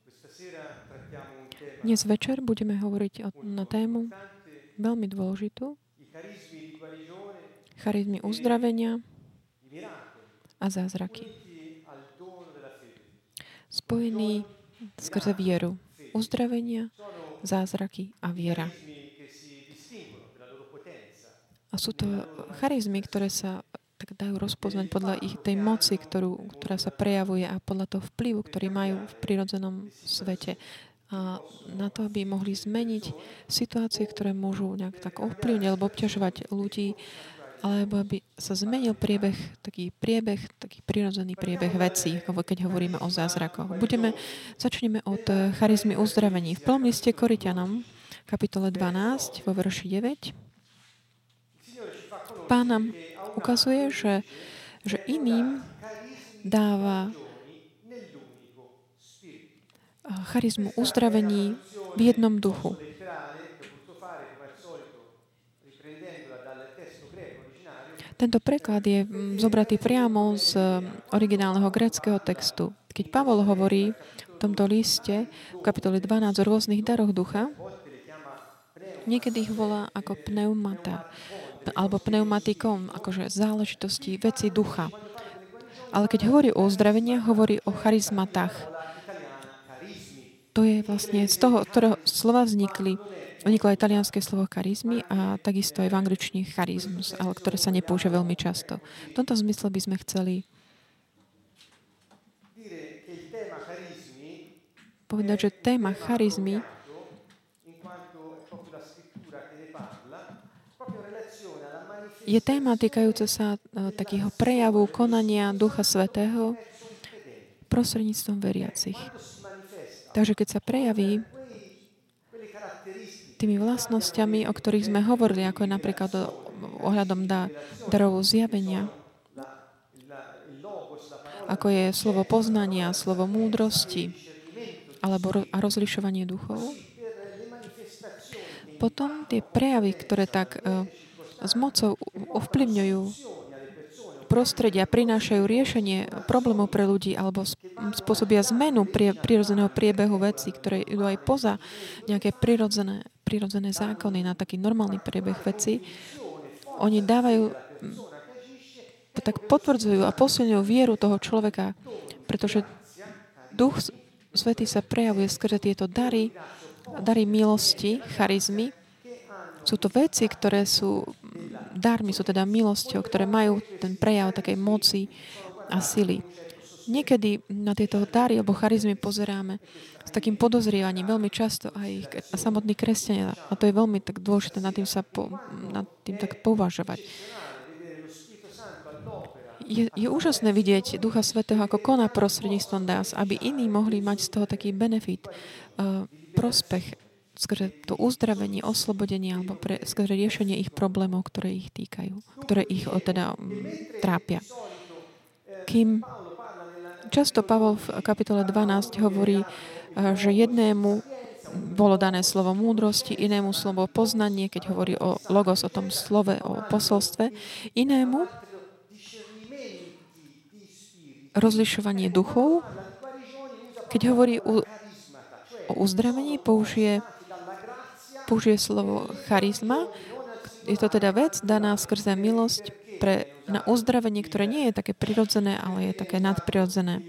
Dnes večer budeme hovoriť na tému veľmi dôležitú. Charizmy uzdravenia a zázraky. Spojený skrze vieru. Uzdravenia, zázraky a viera. A sú to charizmy, ktoré sa tak dajú rozpoznať podľa ich tej moci, ktorá sa prejavuje a podľa toho vplyvu, ktorý majú v prirodzenom svete. A na to, aby mohli zmeniť situácie, ktoré môžu nejak tak ovplyvniť alebo obťažovať ľudí, alebo aby sa zmenil taký prirodzený priebeh vecí, keď hovoríme o zázrakoch. Začneme od charizmy uzdravení. V prvom liste Korinťanom, kapitole 12, vo verši 9, Pán nám ukazuje, že iným dáva charizmu uzdravení v jednom duchu. Tento preklad je zobratý priamo z originálneho gréckeho textu. Keď Pavol hovorí v tomto liste v kapitole 12 o rôznych daroch ducha, niekedy ich volá ako pneumata alebo pneumatikom, akože záležitosti, veci ducha. Ale keď hovorí o uzdraveniach, hovorí o charizmatách. To je vlastne z toho, ktorého slova vzniklo aj talianské slovo charizmy a takisto aj v angličtine charizmus, ale ktoré sa nepoužíva veľmi často. V tomto zmysle by sme chceli povedať, že téma charizmy je téma týkajúca sa takého prejavu konania Ducha Svätého prostredníctvom veriacich. Takže keď sa prejaví tými vlastnosťami, o ktorých sme hovorili, ako je napríklad ohľadom darov zjavenia, ako je slovo poznania, slovo múdrosti alebo rozlišovanie duchov, potom tie prejavy, ktoré tak s mocou ovplyvňujú prostredia, prinášajú riešenie problémov pre ľudí alebo spôsobia zmenu prirodzeného priebehu vecí, ktoré idú aj poza nejaké prirodzené zákony na taký normálny priebeh vecí. Oni tak potvrdzujú a posilňujú vieru toho človeka, pretože Duch Svätý sa prejavuje skrze tieto dary milosti, charizmy. Sú to veci, ktoré sú darmi, sú teda milosťou, ktoré majú ten prejav takej moci a sily. Niekedy na tieto dary alebo charizmy pozeráme s takým podozrievaním, veľmi často aj samotní kresťania. A to je veľmi tak dôležité nad tým tak považovať. Je úžasné vidieť Ducha Svätého, ako koná prostredníctvom nás, aby iní mohli mať z toho taký benefit, prospech, skrze to uzdravenie, oslobodenie alebo skrze riešenie ich problémov, ktoré ich týkajú, ktoré ich trápia. Kým často Pavol v kapitole 12 hovorí, že jednému bolo dané slovo múdrosti, inému slovo poznanie, keď hovorí o logos, o tom slove, o posolstve, inému rozlišovanie duchov. Keď hovorí o uzdravení, použije slovo charizma. Je to teda vec daná skrze milosť na uzdravenie, ktoré nie je také prirodzené, ale je také nadprirodzené.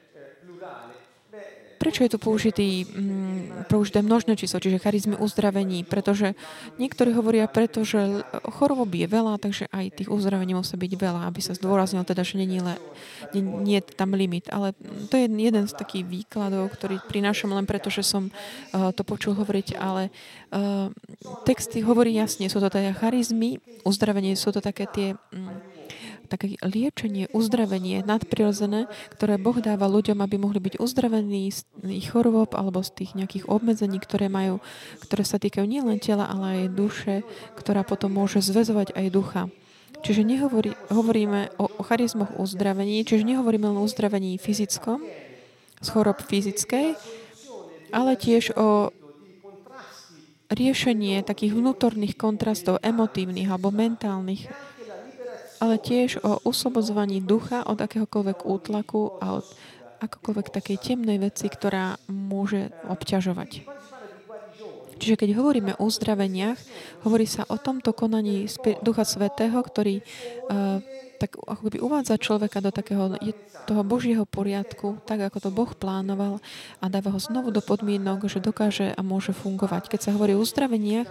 Prečo je tu použité množné číslo, čiže charizmy uzdravení? Pretože niektorí hovoria, pretože chorôb je veľa, takže aj tých uzdravení musí byť veľa, aby sa zdôraznil teda, že nie je tam limit. Ale to je jeden z takých výkladov, ktorý prinášam len preto, že som to počul hovoriť, ale texty hovorí jasne, sú to teda charizmy, uzdravenie, sú to také tie také liečenie, uzdravenie nadprirodzené, ktoré Boh dáva ľuďom, aby mohli byť uzdravení z ich chorôb alebo z tých nejakých obmedzení, ktoré sa týkajú nielen tela, ale aj duše, ktorá potom môže zväzovať aj ducha. Čiže hovoríme o charizmoch uzdravení, čiže nehovoríme len o uzdravení fyzickom, z chorób fyzickej, ale tiež o riešenie takých vnútorných kontrastov, emotívnych alebo mentálnych, ale tiež o oslobodzovaní ducha od akéhokoľvek útlaku a od akokoľvek takej temnej veci, ktorá môže obťažovať. Čiže keď hovoríme o uzdraveniach, hovorí sa o tomto konaní Ducha Svätého, ktorý tak akoby uvádza človeka do takého toho Božieho poriadku, tak ako to Boh plánoval a dáva ho znovu do podmienok, že dokáže a môže fungovať. Keď sa hovorí o uzdraveniach,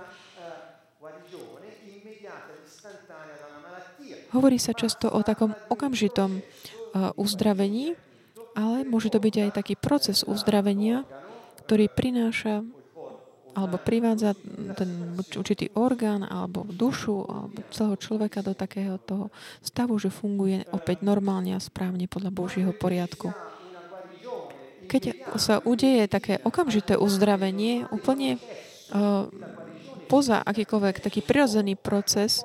hovorí sa často o takom okamžitom uzdravení, ale môže to byť aj taký proces uzdravenia, ktorý prináša alebo privádza ten určitý orgán alebo dušu alebo celého človeka do takého toho stavu, že funguje opäť normálne a správne podľa Božieho poriadku. Keď sa udeje také okamžité uzdravenie, úplne poza akýkoľvek taký prirodzený proces,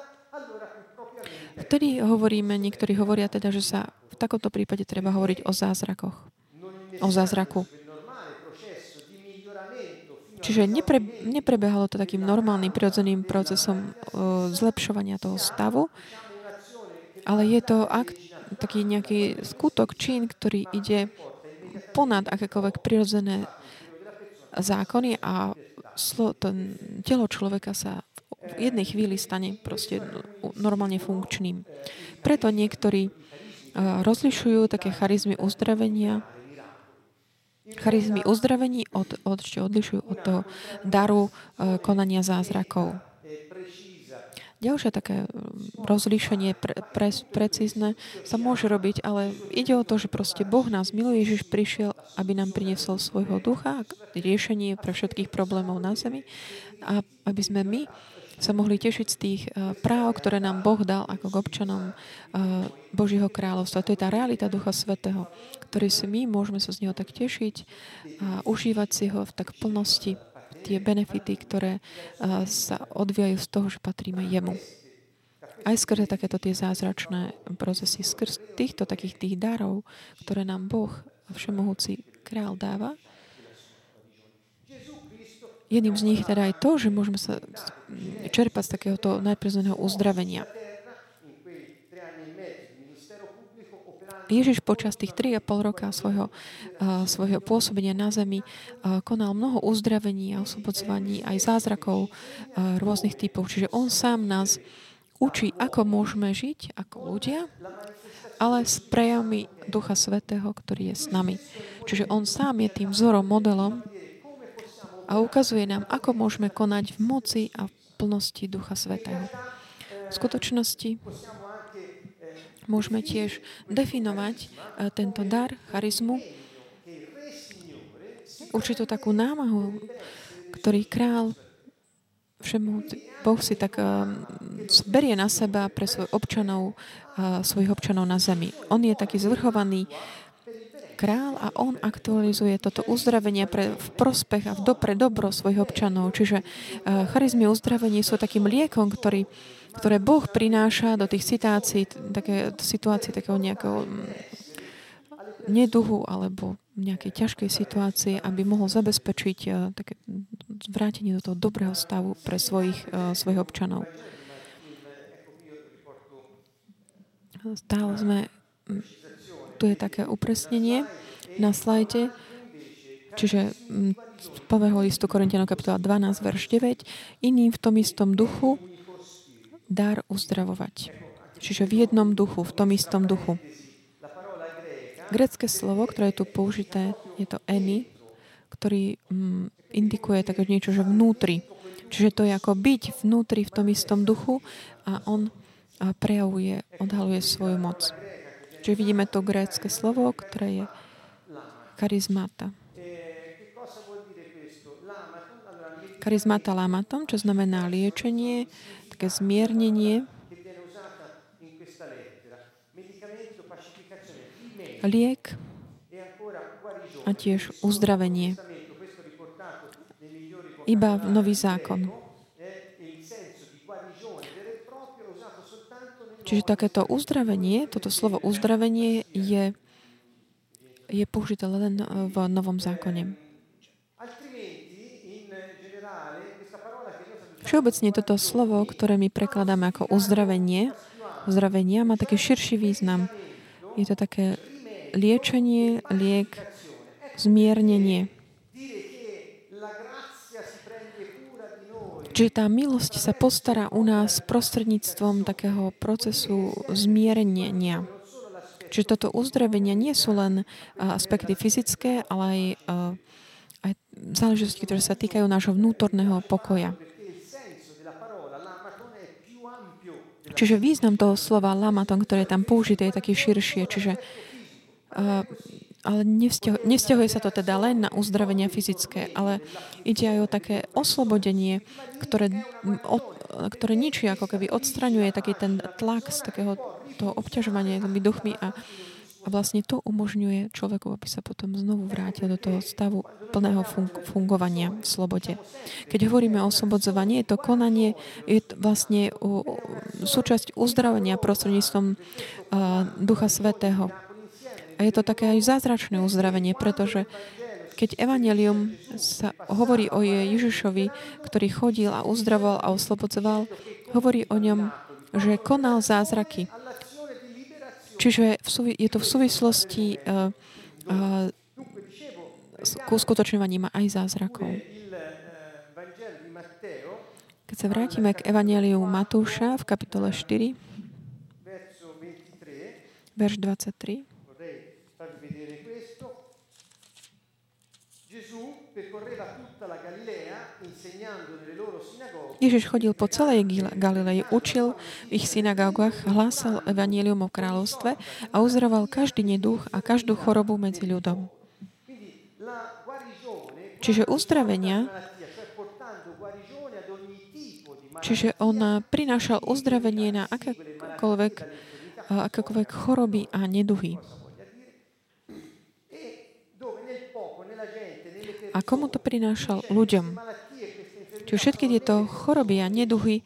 vtedy hovoríme, niektorí hovoria teda, že sa v takomto prípade treba hovoriť o zázrakoch. O zázraku. Čiže neprebehalo to takým normálnym, prirodzeným procesom zlepšovania toho stavu, ale je to taký nejaký skutok, čin, ktorý ide ponad akékoľvek prirodzené zákony a telo človeka sa v jednej chvíli stane proste normálne funkčným. Preto niektorí rozlišujú také charizmy uzdravenia, odlišujú od toho daru konania zázrakov. Ďalšie také rozlíšenie precízne sa môže robiť, ale ide o to, že proste Boh nás miluje, Ježiš prišiel, aby nám priniesol svojho ducha, riešenie pre všetkých problémov na zemi a aby sme my sa mohli tešiť z tých práv, ktoré nám Boh dal ako k občanom Božieho kráľovstva. To je tá realita Ducha Svätého, ktorý si my môžeme sa z neho tak tešiť a užívať si ho v tak plnosti, tie benefity, ktoré sa odvíjajú z toho, že patríme jemu. Aj skrze takéto tie zázračné procesy, skrz týchto takých tých darov, ktoré nám Boh, všemohúci kráľ, dáva. Jedným z nich teda aj to, že môžeme sa čerpať z takéhoto najprirodzeného uzdravenia. Ježiš počas tých 3,5 roka svojho pôsobenia na zemi konal mnoho uzdravení a oslobodzovaní, aj zázrakov rôznych typov. Čiže on sám nás učí, ako môžeme žiť ako ľudia, ale s prejavmi Ducha Svätého, ktorý je s nami. Čiže on sám je tým vzorom, modelom a ukazuje nám, ako môžeme konať v moci a v plnosti Ducha Svätého. V skutočnosti môžeme tiež definovať tento dar, charizmu, určitú takú námahu, ktorý král Boh si tak berie na seba pre svojich občanov na zemi. On je taký zvrchovaný král a on aktualizuje toto uzdravenie v prospech a pre dobro svojich občanov. Čiže charizmy uzdravení sú takým liekom, ktoré Boh prináša do tých situácií takého nejakého neduhu alebo nejakej ťažkej situácii, aby mohol zabezpečiť také vrátenie do toho dobrého stavu pre svojich občanov. Stále sme tu je také upresnenie na slajde, čiže z 1. listu Korinťanom kapitola 12, verš 9, iným v tom istom duchu dar uzdravovať. Čiže v jednom duchu, v tom istom duchu. Grécke slovo, ktoré je tu použité, je to eni, ktorý indikuje také niečo, že vnútri. Čiže to je ako byť vnútri v tom istom duchu a on prejavuje, odhaluje svoju moc. Čiže vidíme to grécke slovo, ktoré je charizmata. Charizmata lamatom, čo znamená liečenie, také zmiernenie, liek a tiež uzdravenie. Iba v Nový zákon. Čiže takéto uzdravenie, toto slovo uzdravenie je použité len v Novom zákone. Všeobecne toto slovo, ktoré my prekladáme ako uzdravenie, má taký širší význam. Je to také liečenie, liek, zmiernenie. Čiže tá milosť sa postará u nás prostredníctvom takého procesu zmiernenia. Čiže toto uzdravenie nie sú len aspekty fyzické, ale aj záležitosti, ktoré sa týkajú nášho vnútorného pokoja. Čiže význam toho slova lamaton, ktoré je tam použité, je taký širšie. Čiže, ale nevzťahuje sa to teda len na uzdravenia fyzické, ale ide aj o také oslobodenie, ktoré ničí, ako keby odstraňuje taký ten tlak z takého toho obťažovania tými duchmi a vlastne to umožňuje človeku, aby sa potom znovu vrátil do toho stavu plného fungovania v slobode. Keď hovoríme o oslobodzovaní, je to konanie, je to vlastne súčasť uzdravenia prostredníctvom Ducha Svätého. A je to také aj zázračné uzdravenie, pretože keď evanjelium sa hovorí o Ježišovi, ktorý chodil a uzdravoval a oslobodzoval, hovorí o ňom, že konal zázraky. Čiže je to v súvislosti s uskutočňovaním aj zázrakov. Keď sa vrátime k evanjeliu Matúša v kapitole 4, verš 23, Ježiš chodil po celej Galilei, učil v ich synagógach, hlásal evanjelium o kráľovstve a uzdravoval každý neduch a každú chorobu medzi ľudom. Čiže uzdravenia, čiže on prinášal uzdravenie na akékoľvek choroby a neduhy. A komu to prinášal? Ľuďom. Čiže všetky tieto choroby a neduhy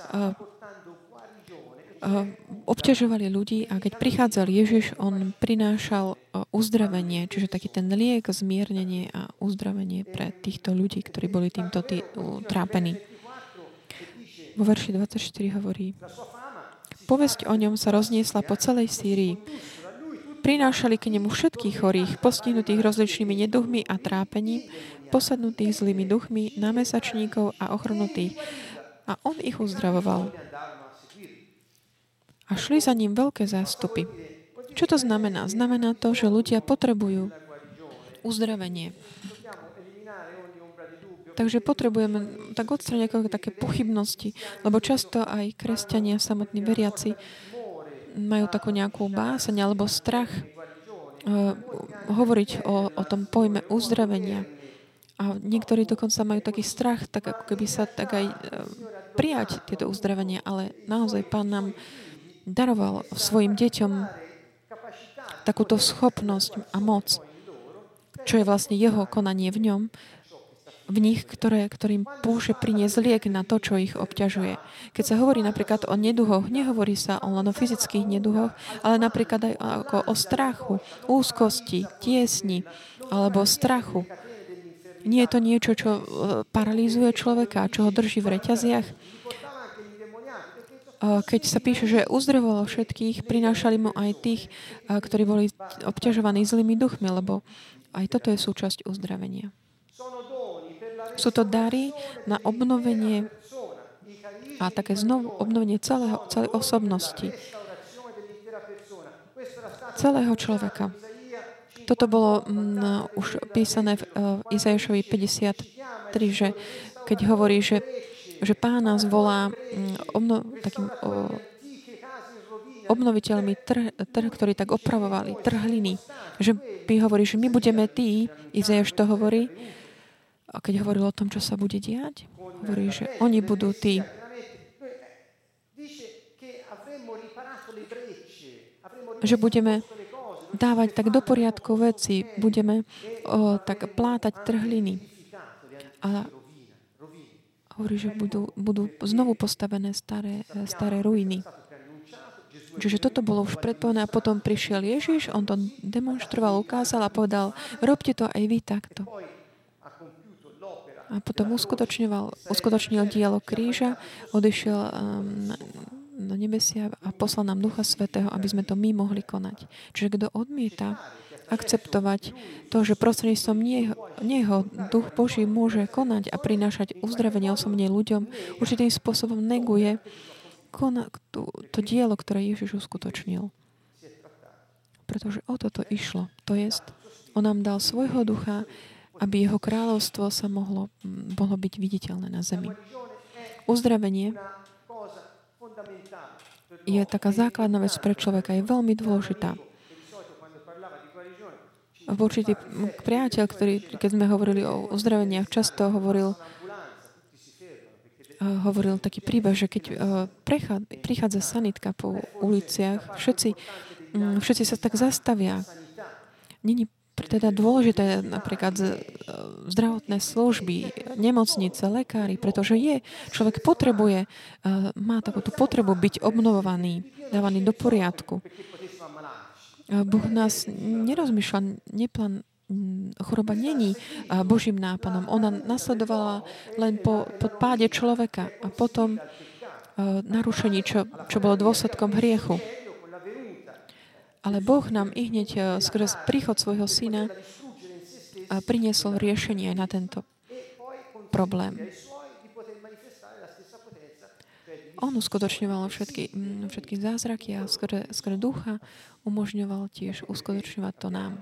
obťažovali ľudí a keď prichádzal Ježiš, on prinášal uzdravenie, čiže taký ten liek, zmiernenie a uzdravenie pre týchto ľudí, ktorí boli týmto trápení. Vo verši 24 hovorí: Povesť o ňom sa rozniesla po celej Sýrii. Prinášali k nemu všetkých chorých, postihnutých rozličnými neduhmi a trápením, posadnutých zlými duchmi, námesačníkov a ochrnutých. A on ich uzdravoval. A šli za ním veľké zástupy. Čo to znamená? Znamená to, že ľudia potrebujú uzdravenie. Takže potrebujeme tak odstrániť také pochybnosti, lebo často aj kresťania, samotní veriaci, majú takú nejakú báseň alebo strach hovoriť o tom pojme uzdravenia. A niektorí dokonca majú taký strach, tak ako keby sa tak aj prijať tieto uzdravenia, ale naozaj Pán nám daroval svojim deťom takúto schopnosť a moc, čo je vlastne jeho konanie v nich, ktorým môže priniesť liek na to, čo ich obťažuje. Keď sa hovorí napríklad o neduhoch, nehovorí sa len o fyzických neduhoch, ale napríklad aj ako o strachu, úzkosti, tiesni alebo strachu. Nie je to niečo, čo paralýzuje človeka, čo ho drží v reťaziach. Keď sa píše, že uzdravoval všetkých, prinášali mu aj tých, ktorí boli obťažovaní zlými duchmi, lebo aj toto je súčasť uzdravenia. Sú to dary na obnovenie a také znovu obnovenie celej osobnosti, celého človeka. Toto bolo už písané v Izaiášovi 53, že keď hovorí, že Pán nás volá takým obnoviteľmi ktorí tak opravovali trhliny. Že hovorí, že my budeme tí, Izaiáš to hovorí, a keď hovoril o tom, čo sa bude diať, hovorí, že oni budú tí. Že budeme dávať tak do poriadku veci, budeme tak plátať trhliny. A hovorí, že budú znovu postavené staré ruiny. Čiže toto bolo už predpovedané a potom prišiel Ježiš, on to demonstroval, ukázal a povedal, robte to aj vy takto. A potom uskutočnil dielo kríža, odišiel na nebesia a poslal nám Ducha Svätého, aby sme to my mohli konať. Čiže kto odmieta akceptovať to, že prostredníctvom neho Duch Boží môže konať a prinášať uzdravenie osobne ľuďom, určitým spôsobom neguje to dielo, ktoré Ježiš uskutočnil. Pretože o toto išlo. To jest, on nám dal svojho ducha, aby jeho kráľovstvo sa mohlo byť viditeľné na zemi. Uzdravenie je taká základná vec pre človeka, je veľmi dôležitá. Určitý priateľ, ktorý, keď sme hovorili o uzdraveniach, často hovoril taký príbeh, že keď prichádza sanitka po uliciach, všetci sa tak zastavia. Není teda dôležité napríklad zdravotné služby, nemocnice, lekári, pretože človek potrebuje, má takúto potrebu byť obnovovaný, dávaný do poriadku. Boh nás nerozmýšľa, choroba není Božím nápadom. Ona nasledovala len po páde človeka a potom narušení, čo bolo dôsledkom hriechu. Ale Boh nám i hneď skrz príchod svojho syna priniesol riešenie aj na tento problém. On uskutočňoval všetky zázraky a skrz ducha umožňoval tiež uskutočňovať to nám.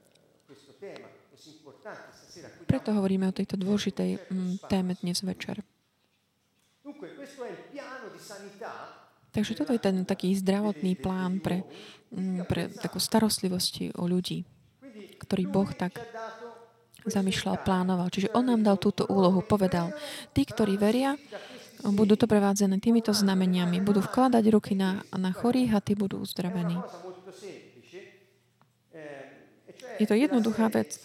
Preto hovoríme o tejto dôležitej téme dnes večer. Takže toto je ten taký zdravotný plán pre takú starostlivosti o ľudí, ktorý Boh tak zamýšľal, plánoval. Čiže on nám dal túto úlohu, povedal, tí, ktorí veria, budú to prevádzané týmito znameniami, budú vkladať ruky na chorých a tí budú uzdravení. Je to jednoduchá vec.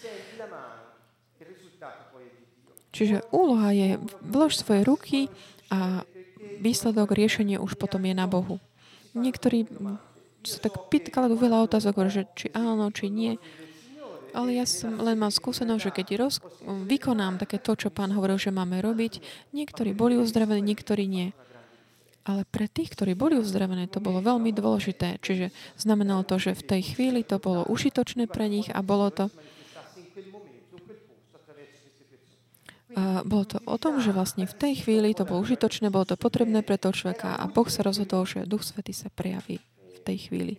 Čiže úloha je vlož svoje ruky a výsledok, riešenie už potom je na Bohu. Niektorí sa tak kladú veľa otázok, že či áno, či nie. Ale ja len mám skúsenosť, že keď vykonám také to, čo Pán hovoril, že máme robiť, niektorí boli uzdravení, niektorí nie. Ale pre tých, ktorí boli uzdravené, to bolo veľmi dôležité. Čiže znamenalo to, že v tej chvíli to bolo užitočné pre nich a bolo to o tom, že vlastne v tej chvíli to bolo užitočné, bolo to potrebné pre toho človeka a Boh sa rozhodol, že Duch Svätý sa prejaví v tej chvíli.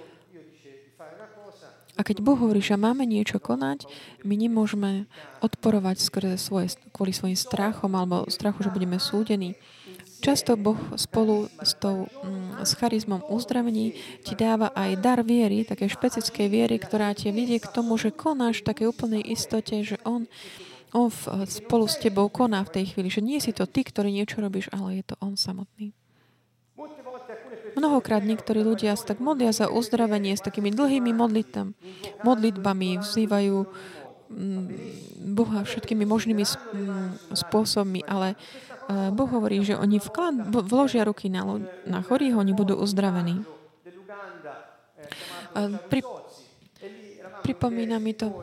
A keď Boh hovorí, že máme niečo konať, my nemôžeme odporovať kvôli svojim strachom alebo strachu, že budeme súdení. Často Boh spolu s charizmom uzdravení ti dáva aj dar viery, také špecifickej viery, ktorá ťa vedie k tomu, že konáš v takej úplnej istote, že on spolu s tebou koná v tej chvíli, že nie si to ty, ktorý niečo robíš, ale je to on samotný. Mnohokrát niektorí ľudia sa tak modlia za uzdravenie s takými dlhými modlitbami, vzývajú Boha všetkými možnými spôsobmi, ale Boh hovorí, že oni vložia ruky na chorých, oni budú uzdravení. Pripomína mi to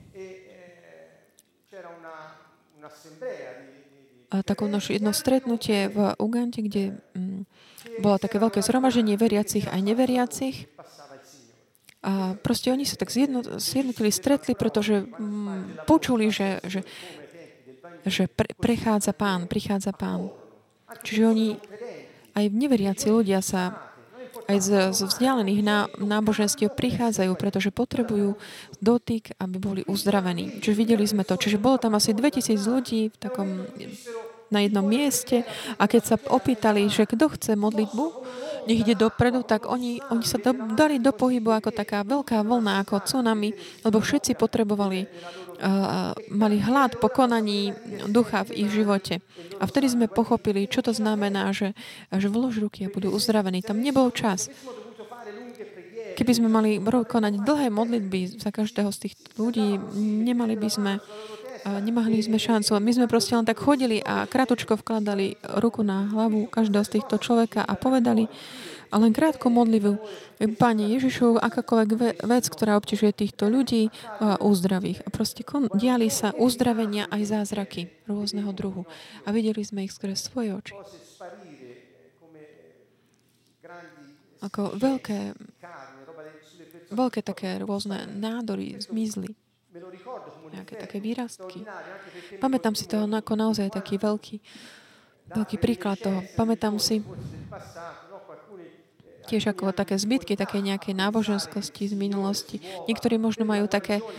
takové jedno stretnutie v Ugande, kde bolo také veľké zhromaždenie veriacich aj neveriacich. A proste oni sa tak zjednotili, stretli, pretože počuli, že prichádza Pán. Čiže oni, aj neveriaci ľudia sa aj z vzdialených náboženstiev prichádzajú, pretože potrebujú dotyk, aby boli uzdravení. Čiže videli sme to. Čiže bolo tam asi 2000 ľudí na jednom mieste a keď sa opýtali, že kto chce modlitbu, nech ide dopredu, tak oni sa dali do pohybu ako taká veľká vlna, ako tsunami, lebo všetci potrebovali, mali hlad po konaní ducha v ich živote. A vtedy sme pochopili, čo to znamená, že vlož ruky a budú uzdravení. Tam nebol čas. Keby sme mali konať dlhé modlitby za každého z tých ľudí, nemali by sme šancu. My sme proste len tak chodili a kratučko vkladali ruku na hlavu každého z týchto človeka a povedali a len krátko modlitbu. Pane Ježišu, akákoľvek vec, ktorá obťažuje týchto ľudí, uzdraví ich. A proste diali sa uzdravenia aj zázraky rôzneho druhu. A videli sme ich skrz svoje oči. ako veľké také rôzne nádory zmizli. Nejaké také výrastky. Pamätám si toho ako naozaj taký veľký príklad toho. Pamätám si tiež ako také zbytky, také nejakej náboženskosti z minulosti. Niektorí možno majú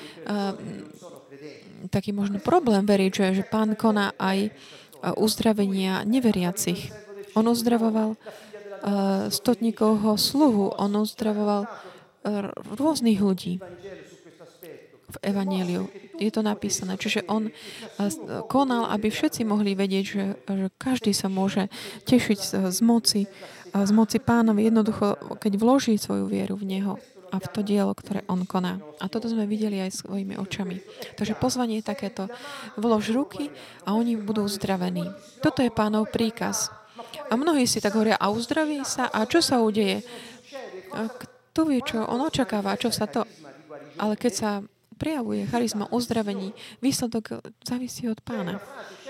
taký možno problém veriť, že Pán koná aj uzdravenia neveriacich. On uzdravoval stotníkovho sluhu, on uzdravoval rôznych ľudí v Evanjeliu. Je to napísané. Čiže on konal, aby všetci mohli vedieť, že každý sa môže tešiť z moci Pánovi, jednoducho, keď vloží svoju vieru v Neho a v to dielo, ktoré on koná. A toto sme videli aj svojimi očami. Takže pozvanie je takéto. Vlož ruky a oni budú uzdravení. Toto je Pánov príkaz. A mnohí si tak hovoria, a uzdraví sa? A čo sa udeje? A kto vie, čo on očakáva? Čo sa to... Ale keď sa prejavuje charizma uzdravení, výsledok závisí od Pána.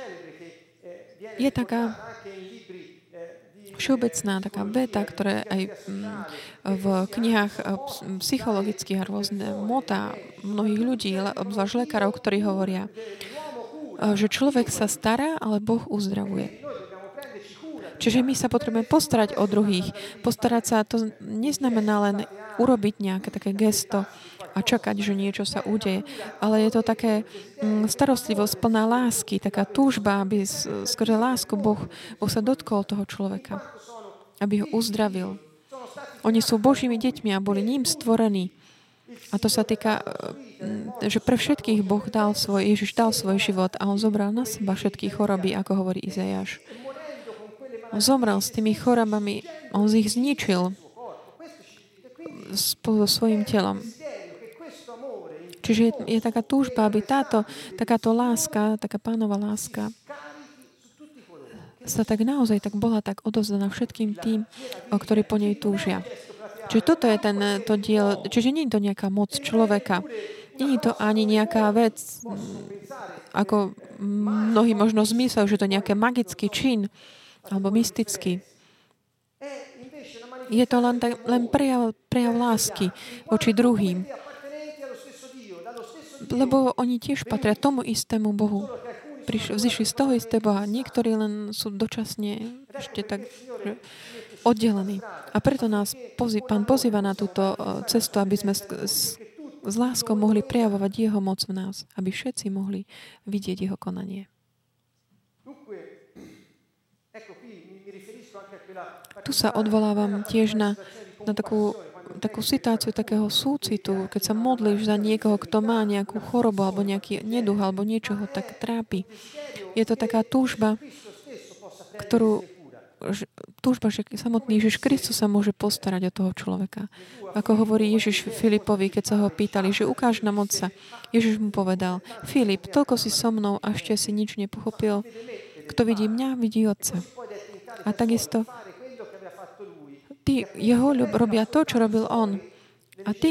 Je taká všeobecná taká veta, ktorá aj v knihách psychologických a rôzne motá mnohých ľudí, obzvlášť lekárov, ktorí hovoria, že človek sa stará, ale Boh uzdravuje. Čiže my sa potrebujeme postarať o druhých. Postarať sa, to neznamená len urobiť nejaké také gesto a čakať, že niečo sa udeje. Ale je to také starostlivosť plná lásky, taká túžba, aby skrze lásku Boh sa dotkol toho človeka. Aby ho uzdravil. Oni sú Božími deťmi a boli ním stvorení. A to sa týka, že pre všetkých Ježiš dal svoj život a on zobral na seba všetky choroby, ako hovorí Izajáš. On zomrel s tými chorobami, on ich zničil svojim telom. Čiže je taká túžba, aby takáto láska, taká Pánova láska sa tak naozaj tak bola tak odovzdaná všetkým tým, ktorí po nej túžia. Čiže toto je to dielo, čiže nie je to nejaká moc človeka, nie je to ani nejaká vec, ako mnohí možno zmysel, že to je nejaký magický čin, alebo mystický. Je to len prejav lásky voči druhým. Lebo oni tiež patria tomu istému Bohu. Vzýšli z toho istého Boha. Niektorí len sú dočasne ešte tak oddelení. A preto nás Pán pozýva na túto cestu, aby sme s láskou mohli prejavovať Jeho moc v nás. Aby všetci mohli vidieť Jeho konanie. Tu sa odvolávam tiež na takú situáciu takého súcitu, keď sa modlíš za niekoho, kto má nejakú chorobu alebo nejaký neduch alebo niečoho tak trápi. Je to taká túžba, že samotný Ježiš Kristus sa môže postarať o toho človeka. Ako hovorí Ježiš Filipovi, keď sa ho pýtali, že ukáž nám Otca. Ježiš mu povedal, Filip, toľko si so mnou a ešte si nič nepochopil. Kto vidí mňa, vidí Otca. A takisto jeho robia to, čo robil on. A tí,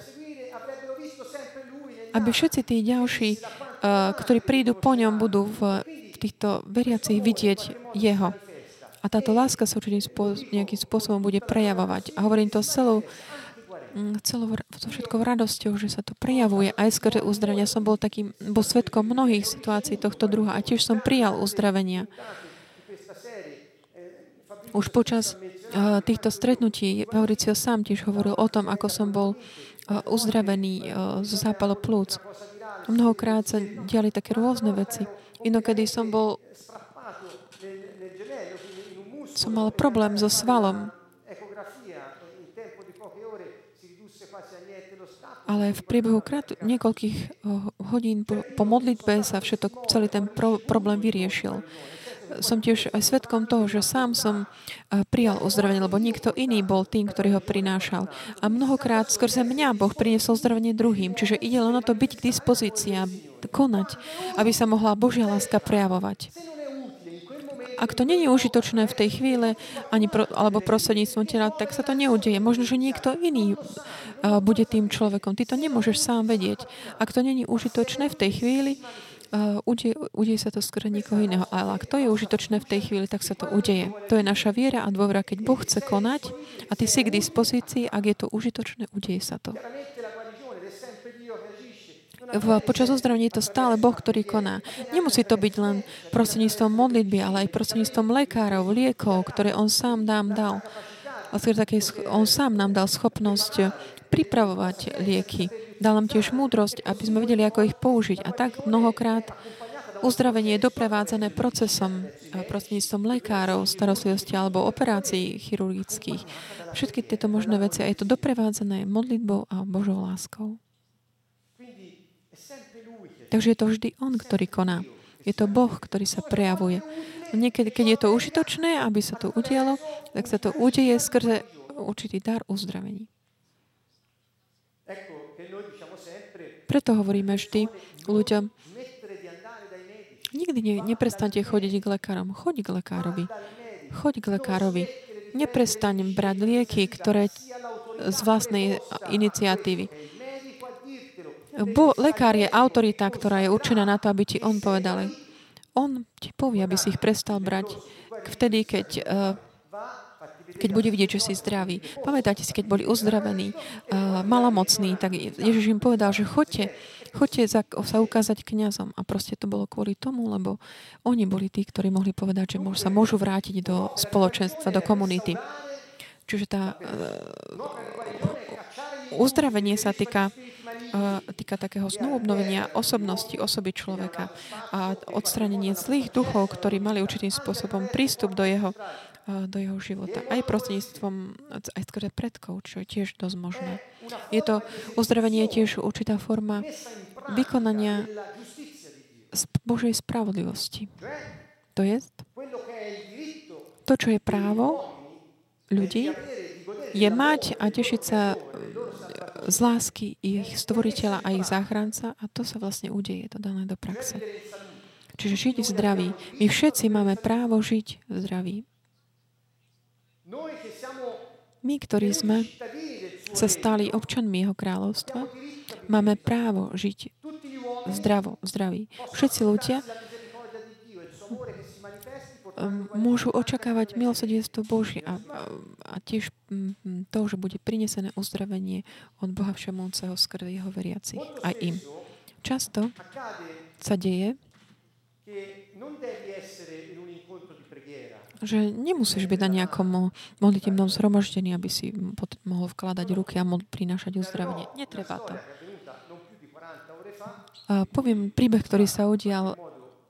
aby všetci tí ďalší, ktorí prídu po ňom, budú v týchto veriacich vidieť jeho. A táto láska sa určite nejakým spôsobom bude prejavovať. A hovorím to so všetkou radosťou, že sa to prejavuje. Aj skrze uzdravenia som bol svedkom mnohých situácií tohto druha a tiež som prijal uzdravenia. Už počas týchto stretnutí Mauricio sám tiež hovoril o tom, ako som bol uzdravený z zápalu plúc. Mnohokrát sa diali také rôzne veci. Inokedy som mal problém so svalom. Ale v priebehu niekoľkých hodín po modlitbe sa celý ten problém vyriešil. Som tiež aj svedkom toho, že sám som prijal uzdravenie, lebo niekto iný bol tým, ktorý ho prinášal. A mnohokrát skrze mňa Boh priniesol uzdravenie druhým. Čiže ide len o to byť k dispozícii a konať, aby sa mohla Božia láska prejavovať. Ak to nie je užitočné v tej chvíle, alebo prostredníctvom tela, tak sa to neudeje. Možno, že niekto iný bude tým človekom. Ty to nemôžeš sám vedieť. Ak to nie je užitočné v tej chvíli, Udeje sa to skrze niekoho iného. Ale ak to je užitočné v tej chvíli, tak sa to udeje. To je naša viera a dôvera. Keď Boh chce konať a ty si k dispozícii, ak je to užitočné, udeje sa to. Počas uzdravenia je to stále Boh, ktorý koná. Nemusí to byť len prostredníctvom modlitby, ale aj prostredníctvom lekárov, liekov, ktoré On sám nám dal. On sám nám dal schopnosť pripravovať lieky. Dal nám tiež múdrosť, aby sme vedeli, ako ich použiť. A tak mnohokrát uzdravenie je doprevádzané procesom, prostredníctvom lekárov, starostlivosti alebo operácií chirurgických. Všetky tieto možné veci. A je to doprevádzané modlitbou a Božou láskou. Takže je to vždy On, ktorý koná. Je to Boh, ktorý sa prejavuje. Niekedy, keď je to užitočné, aby sa to udialo, tak sa to udeje skrze určitý dar uzdravení. Preto hovoríme vždy ľuďom, nikdy neprestaňte chodiť k lekárom. Choď k lekárovi. Choď k lekárovi. Neprestaň brať lieky, ktoré z vlastnej iniciatívy. Lekár je autorita, ktorá je určená na to, aby ti on povedal. On ti povie, aby si ich prestal brať vtedy, keď bude vidieť, že si zdravý. Pamätáte si, keď boli uzdravení, malomocní, tak Ježiš im povedal, že choďte sa ukázať kňazom. A proste to bolo kvôli tomu, lebo oni boli tí, ktorí mohli povedať, že sa môžu vrátiť do spoločenstva, do komunity. Čiže uzdravenie sa týka takého znovuobnovenia osoby človeka a odstránenie zlých duchov, ktorí mali určitým spôsobom prístup do jeho života. Aj prostredníctvom, aj skrze predkov, čo je tiež dosť možné. Je to uzdravenie tiež určitá forma vykonania Božej spravodlivosti. To je to, čo je právo ľudí, je mať a tešiť sa z lásky ich stvoriteľa a ich záchranca a to sa vlastne udeje, to dané do praxe. Čiže žiť v zdraví. My všetci máme právo žiť v zdraví. My, ktorí sme sa stali občanmi Jeho kráľovstva, máme právo žiť v zdraví. Všetci ľudia môžu očakávať milosrdenstvo Božie a tiež to, že bude prinesené uzdravenie od Boha Všemovúceho skrze Jeho veriacich aj im. Často sa deje, že nemusíš byť na nejakom modlitebnom zhromaždení, aby si mohol vkladať ruky a prinášať uzdravenie. Netreba to. Poviem príbeh, ktorý sa udial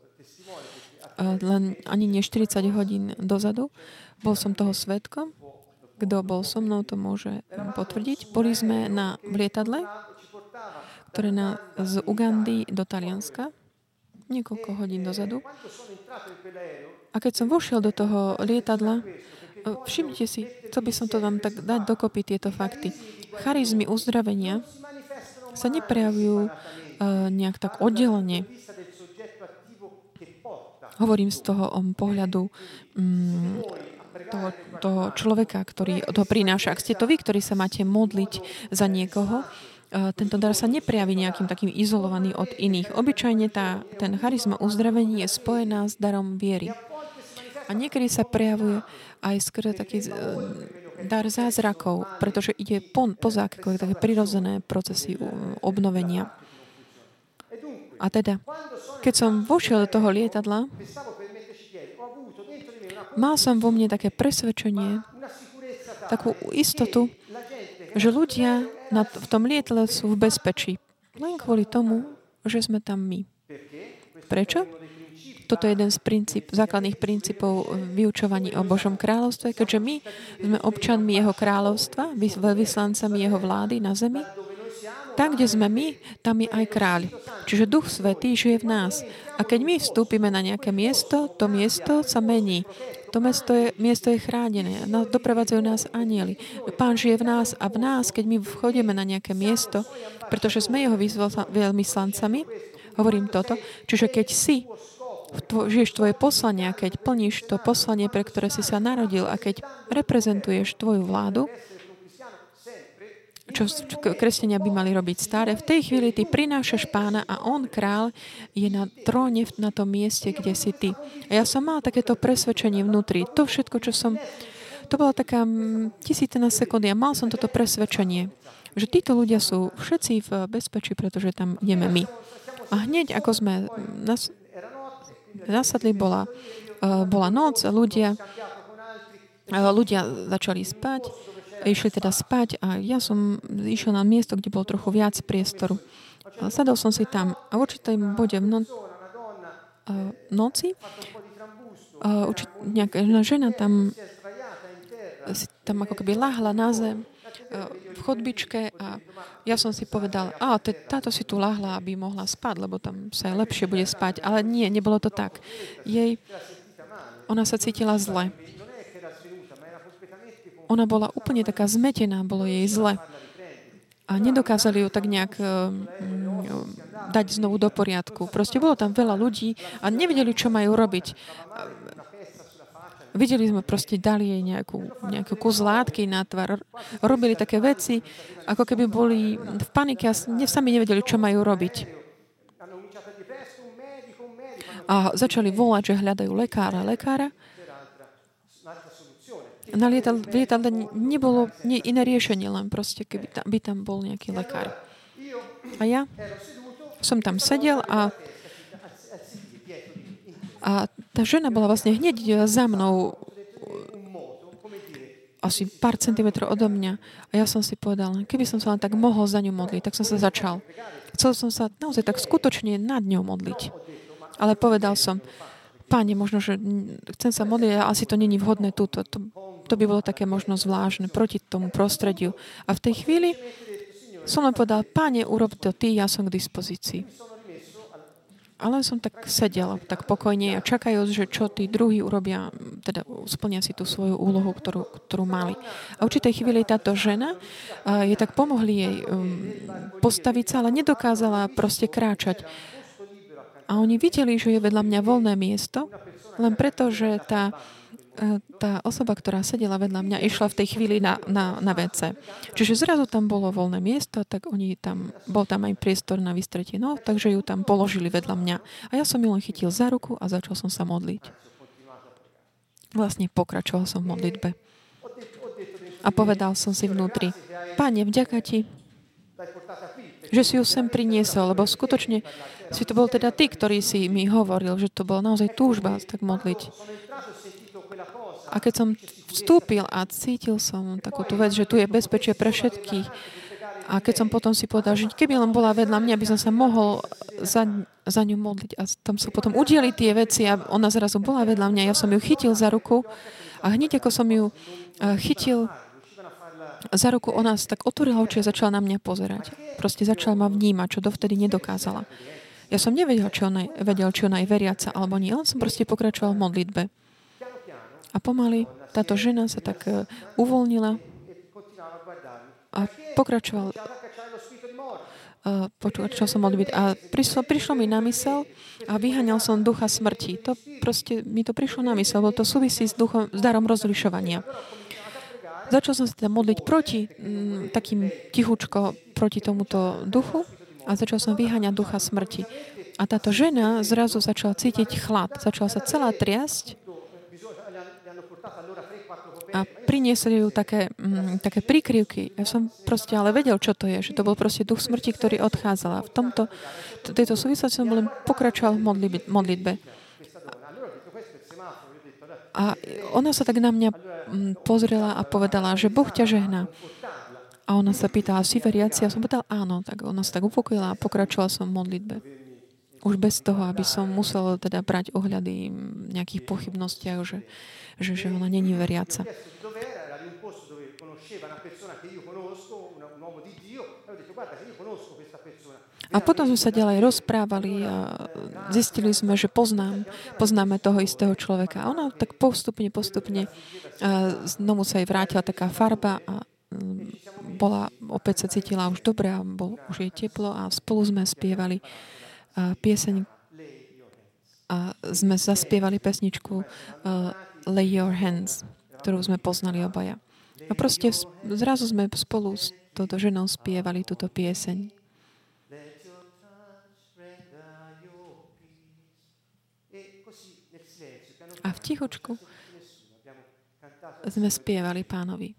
len ani nie 40 hodín dozadu. Bol som toho svedkom. Kto bol so mnou, to môže potvrdiť. Boli sme v lietadle, ktoré z Ugandy do Talianska niekoľko hodín dozadu. A keď som vošiel do toho lietadla, všimnite si, chcel by som to vám tak dať dokopy tieto fakty. Charizmy uzdravenia sa neprejavujú nejak tak oddelenie. Hovorím z toho pohľadu toho človeka, ktorý to prináša. Ak ste to vy, ktorí sa máte modliť za niekoho, tento dar sa neprejaví nejakým takým izolovaný od iných. Obyčajne ten charizma uzdravení je spojená s darom viery. A niekedy sa prejavuje aj skôr taký dar zázrakov, pretože ide poza akékoľvek také prirodzené procesy obnovenia. A teda, keď som vošiel do toho lietadla, mal som vo mne také presvedčenie, takú istotu, že ľudia v tom lietadle sú v bezpečí. Len kvôli tomu, že sme tam my. Prečo? Toto je jeden z základných princípov vyučovaní o Božom kráľovstve, keďže my sme občanmi Jeho kráľovstva, vyslancami Jeho vlády na zemi. Tam, kde sme my, tam je aj kráľ. Čiže Duch Svätý žije v nás. A keď my vstúpime na nejaké miesto, to miesto sa mení. To miesto je chránené. Doprevádzajú nás anjeli. Pán žije v nás a v nás, keď my vchodíme na nejaké miesto, pretože sme Jeho veľvyslancami, hovorím toto, čiže keď žiješ tvoje poslanie, keď plníš to poslanie, pre ktoré si sa narodil a keď reprezentuješ tvoju vládu, čo kresťania by mali robiť staré. V tej chvíli ty prinášaš pána a on, král, je na tróne na tom mieste, kde si ty. A ja som mal takéto presvedčenie vnútri. To všetko, čo som... To bola taká tisícina sekundy a mal som toto presvedčenie, že títo ľudia sú všetci v bezpečí, pretože tam ideme my. A hneď, ako sme nasadli, bola noc, ľudia začali spať, išli teda spať a ja som išiel na miesto, kde bolo trochu viac priestoru. Sadol som si tam a v určitém bode v noci nejaká žena tam ako keby lahla na zem v chodbičke a ja som si povedal, táto si tu lahla, aby mohla spať, lebo tam sa aj lepšie bude spať. Ale nie, nebolo to tak. Ona sa cítila zle. Ona bola úplne taká zmetená, bolo jej zle. A nedokázali ju tak nejak dať znovu do poriadku. Proste bolo tam veľa ľudí a nevedeli, čo majú robiť. Videli sme, proste dali jej nejakú kus látky na tvár. Robili také veci, ako keby boli v panike a sami nevedeli, čo majú robiť. A začali volať, že hľadajú lekára. Na lietadle nebolo iné riešenie, len proste, keby by tam bol nejaký lekár. A ja som tam sedel a tá žena bola vlastne hneď za mnou asi pár centimetrov odo mňa. A ja som si povedal, keby som sa len tak mohol za ňu modliť, tak som sa začal. Chcel som sa naozaj tak skutočne nad ňou modliť. Ale povedal som, Páne, možno, že chcem sa modliť, ale asi to není vhodné túto. To by bolo také možno zvláštne proti tomu prostrediu. A v tej chvíli som len povedal, Páne, urob to ty, ja som k dispozícii. Ale som tak sedel, tak pokojne a čakajúc, že čo tí druhí urobia, teda splnia si tú svoju úlohu, ktorú mali. A v určitej chvíli táto žena, jej tak pomohli jej postaviť sa, ale nedokázala proste kráčať. A oni videli, že je vedľa mňa voľné miesto, len preto, že tá osoba, ktorá sedela vedľa mňa, išla v tej chvíli na WC. Čiže zrazu tam bolo voľné miesto, tak bol tam aj priestor na vystretie nôh, takže ju tam položili vedľa mňa. A ja som ju len chytil za ruku a začal som sa modliť. Vlastne pokračoval som v modlitbe. A povedal som si vnútri, Pane, vďaka ti, že si ju sem priniesol, lebo skutočne si to bol teda ty, ktorý si mi hovoril, že to bola naozaj túžba tak modliť. A keď som vstúpil a cítil som takúto vec, že tu je bezpečie pre všetkých, a keď som potom si povedal, že keby len bola vedľa mňa, by som sa mohol za ňu modliť. A tam sa potom udiali tie veci a ona zrazu bola vedľa mňa. Ja som ju chytil za ruku a hneď ako som ju chytil za ruku, ona sa tak otvorila oči a začala na mňa pozerať. Proste začala ma vnímať, čo dovtedy nedokázala. Ja som nevedel, či ona je veriaca alebo nie, ale som proste pokračoval v modlitbe. A pomaly táto žena sa tak uvoľnila a pokračoval som modliť. A prišlo mi na mysel a vyháňal som ducha smrti. Mi to prišlo na mysel, lebo to súvisí s darom rozlišovania. Začal som sa teda modliť takým tichučko proti tomuto duchu a začal som vyháňať ducha smrti. A táto žena zrazu začala cítiť chlad. Začala sa celá triasť a priniesli ju také príkrivky. Ja som proste ale vedel, čo to je. Že to bol proste duch smrti, ktorý odchádzal. A v tejto súvislosti som len pokračoval v modlitbe. A ona sa tak na mňa pozrela a povedala, že Boh ťa žehná. A ona sa pýtala, si veriaci? Ja som povedal, áno. Tak ona sa tak upokojila a pokračovala som v modlitbe. Už bez toho, aby som musel teda brať ohľady nejakých pochybnostiach, že ona není veriaca. A potom sme sa ďalej rozprávali a zistili sme, že poznáme toho istého človeka. A ona tak postupne znovu sa jej vrátila taká farba a opäť sa cítila už dobre a už jej teplo a spolu sme spievali pieseň a sme zaspievali pesničku Lay Your Hands, ktorú sme poznali obaja. A proste zrazu sme spolu touto ženou spievali túto pieseň. A v tichučku sme spievali Pánovi.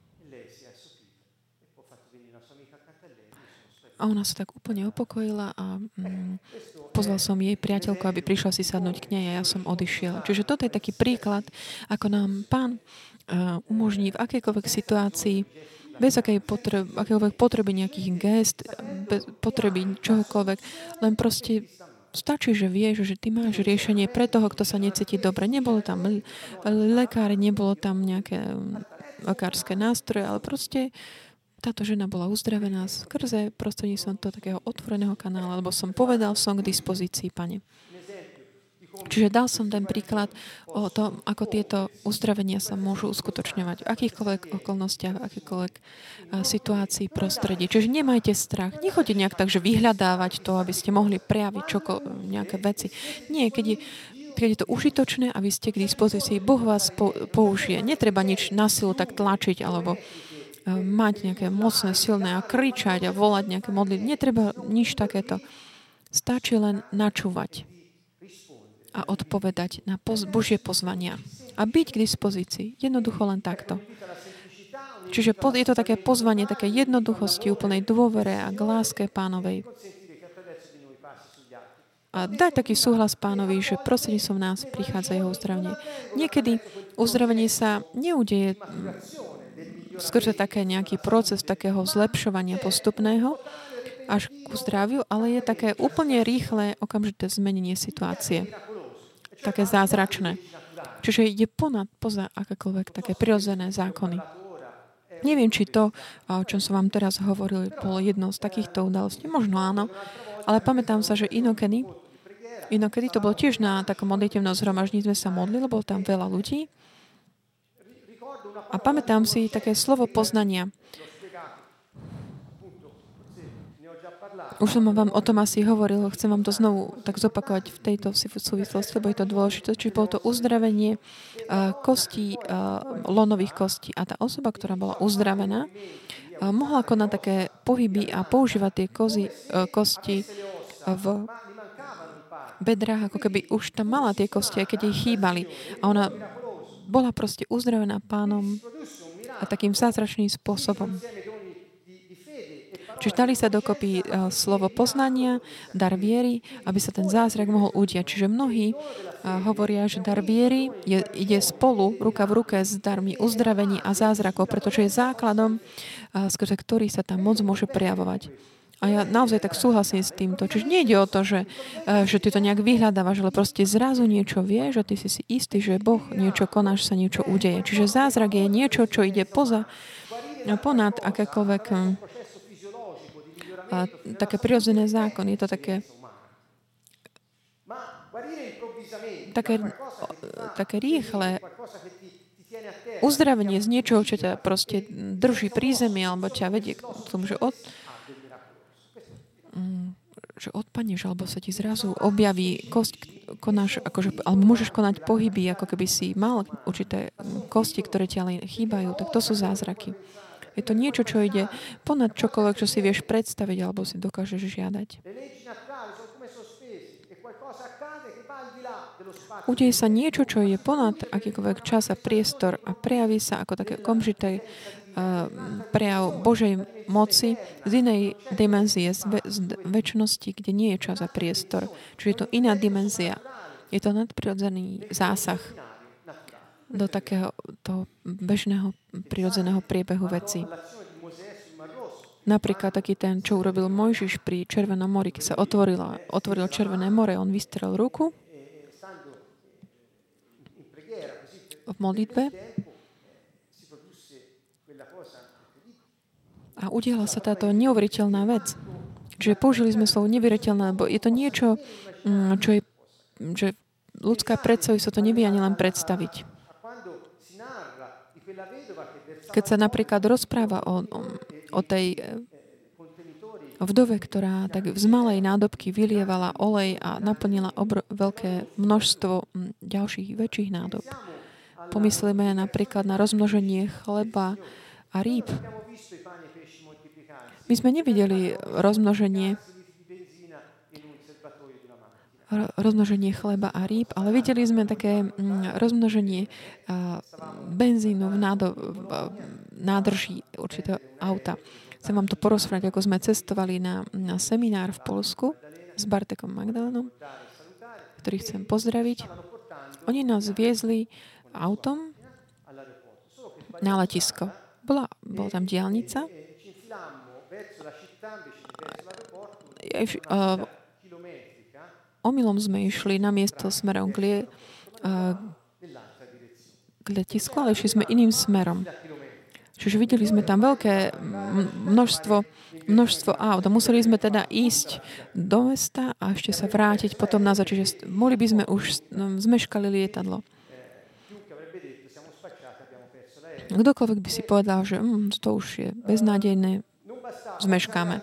A ona sa tak úplne upokojila a pozval som jej priateľku, aby prišla si sadnúť k nej a ja som odišiel. Čiže toto je taký príklad, ako nám Pán umožní v akejkoľvek situácii, bez akékoľvek potreby nejakých gest, bez potreby čohokoľvek, len proste stačí, že vieš, že ty máš riešenie pre toho, kto sa necíti dobre. Nebolo tam lekári, nebolo tam nejaké lekárske nástroje, ale proste táto žena bola uzdravená skrze prostredníctvom toho takého otvoreného kanála, lebo som povedal, som k dispozícii, Pane. Čiže dal som ten príklad o tom, ako tieto uzdravenia sa môžu uskutočňovať v akýchkoľvek okolnostiach, v akýchkoľvek situácii, prostredí. Čiže nemajte strach. Nechoďte nejak tak, že vyhľadávať to, aby ste mohli prejaviť nejaké veci. Nie, keď je to užitočné a vy ste k dispozícii, Boh vás použije. Netreba nič na silu tak tlačiť alebo mať nejaké mocné, silné a kričať a volať nejaké modlitby. Netreba nič takéto. Stačí len načúvať a odpovedať na Božie pozvania. A byť k dispozícii. Jednoducho len takto. Čiže je to také pozvanie, také jednoduchosti, úplnej dôvere a k láske Pánovej. A dať taký súhlas Pánovi, že prostredníctvom nás prichádza jeho uzdravenie. Niekedy uzdravenie sa neudeje skrze také nejaký proces takého zlepšovania postupného až k zdraviu, ale je také úplne rýchle, okamžité zmenenie situácie. Také zázračné. Čiže ide poza akékoľvek také prirodzené zákony. Neviem, či to, o čom som vám teraz hovoril, bolo jednou z takýchto udalostí. Možno áno, ale pamätám sa, že inokedy to bolo tiež na takom modlitevnom zhromaždení, sme sa modlili, bolo tam veľa ľudí. A pamätám si také slovo poznania. Už som vám o tom asi hovoril, chcem vám to znovu tak zopakovať v tejto súvislosti, lebo je to dôležité. Čiže bolo to uzdravenie kostí, lonových kostí. A tá osoba, ktorá bola uzdravená, mohla konať také pohyby a používať tie kosti v bedrách, ako keby už tam mala tie kosti, aj keď jej chýbali. A ona bola proste uzdravená Pánom a takým zázračným spôsobom. Čiže dali sa dokopy slovo poznania, dar viery, aby sa ten zázrak mohol udiať. Čiže mnohí hovoria, že dar viery ide spolu, ruka v ruke s darmi uzdravení a zázrakov, pretože je základom, skrze ktorý sa tá moc môže prejavovať. A ja naozaj tak súhlasím s týmto. Čiže nejde o to, že ty to nejak vyhľadávaš, ale proste zrazu niečo vieš a ty si istý, že Boh niečo konáš, sa niečo udeje. Čiže zázrak je niečo, čo ide ponad akékoľvek také prirodzené zákony. Je to také rýchle uzdravenie z niečoho, čo ťa proste drží pri zemi alebo ťa vedie k tomu, že odpadneš, alebo sa ti zrazu objaví kosť, konáš, alebo môžeš konať pohyby, ako keby si mal určité kosti, ktoré ti ale chýbajú, tak to sú zázraky. Je to niečo, čo ide ponad čokoľvek, čo si vieš predstaviť, alebo si dokážeš žiadať. Udeje sa niečo, čo je ponad akýkoľvek čas a priestor a prejaví sa ako také okamžité prejav Božej moci z inej dimenzie, z večnosti, kde nie je čas a priestor. Čiže je to iná dimenzia. Je to nadprirodzený zásah do takého toho bežného prirodzeného priebehu vecí. Napríklad taký ten, čo urobil Mojžiš pri Červenom mori, keď sa otvorilo Červené more, on vystrel ruku v modlitbe a udiala sa táto neuveriteľná vec. Čiže použili sme slovo neuveriteľná, lebo je to niečo, že ľudská predstavy sa to nevie ani len predstaviť. Keď sa napríklad rozpráva o tej vdove, ktorá tak z malej nádobky vylievala olej a naplnila veľké množstvo ďalších väčších nádob. Pomyslíme napríklad na rozmnoženie chleba a rýb. My sme nevideli rozmnoženie chleba a rýb, ale videli sme také rozmnoženie benzínu v nádrží určitého auta. Chcem vám to porozprávať, ako sme cestovali na seminár v Poľsku s Bartekom Magdalenom, ktorý chcem pozdraviť. Oni nás viezli autom na letisko. Bola tam diaľnica. Omylom sme išli na miesto smerom k letisku, ale išli sme iným smerom. Čiže videli sme tam veľké množstvo aut. A museli sme teda ísť do mesta a ešte sa vrátiť potom nazad. Čiže mohli by sme už zmeškali lietadlo. Kdokoľvek by si povedal, že to už je beznádejné, zmeškáme.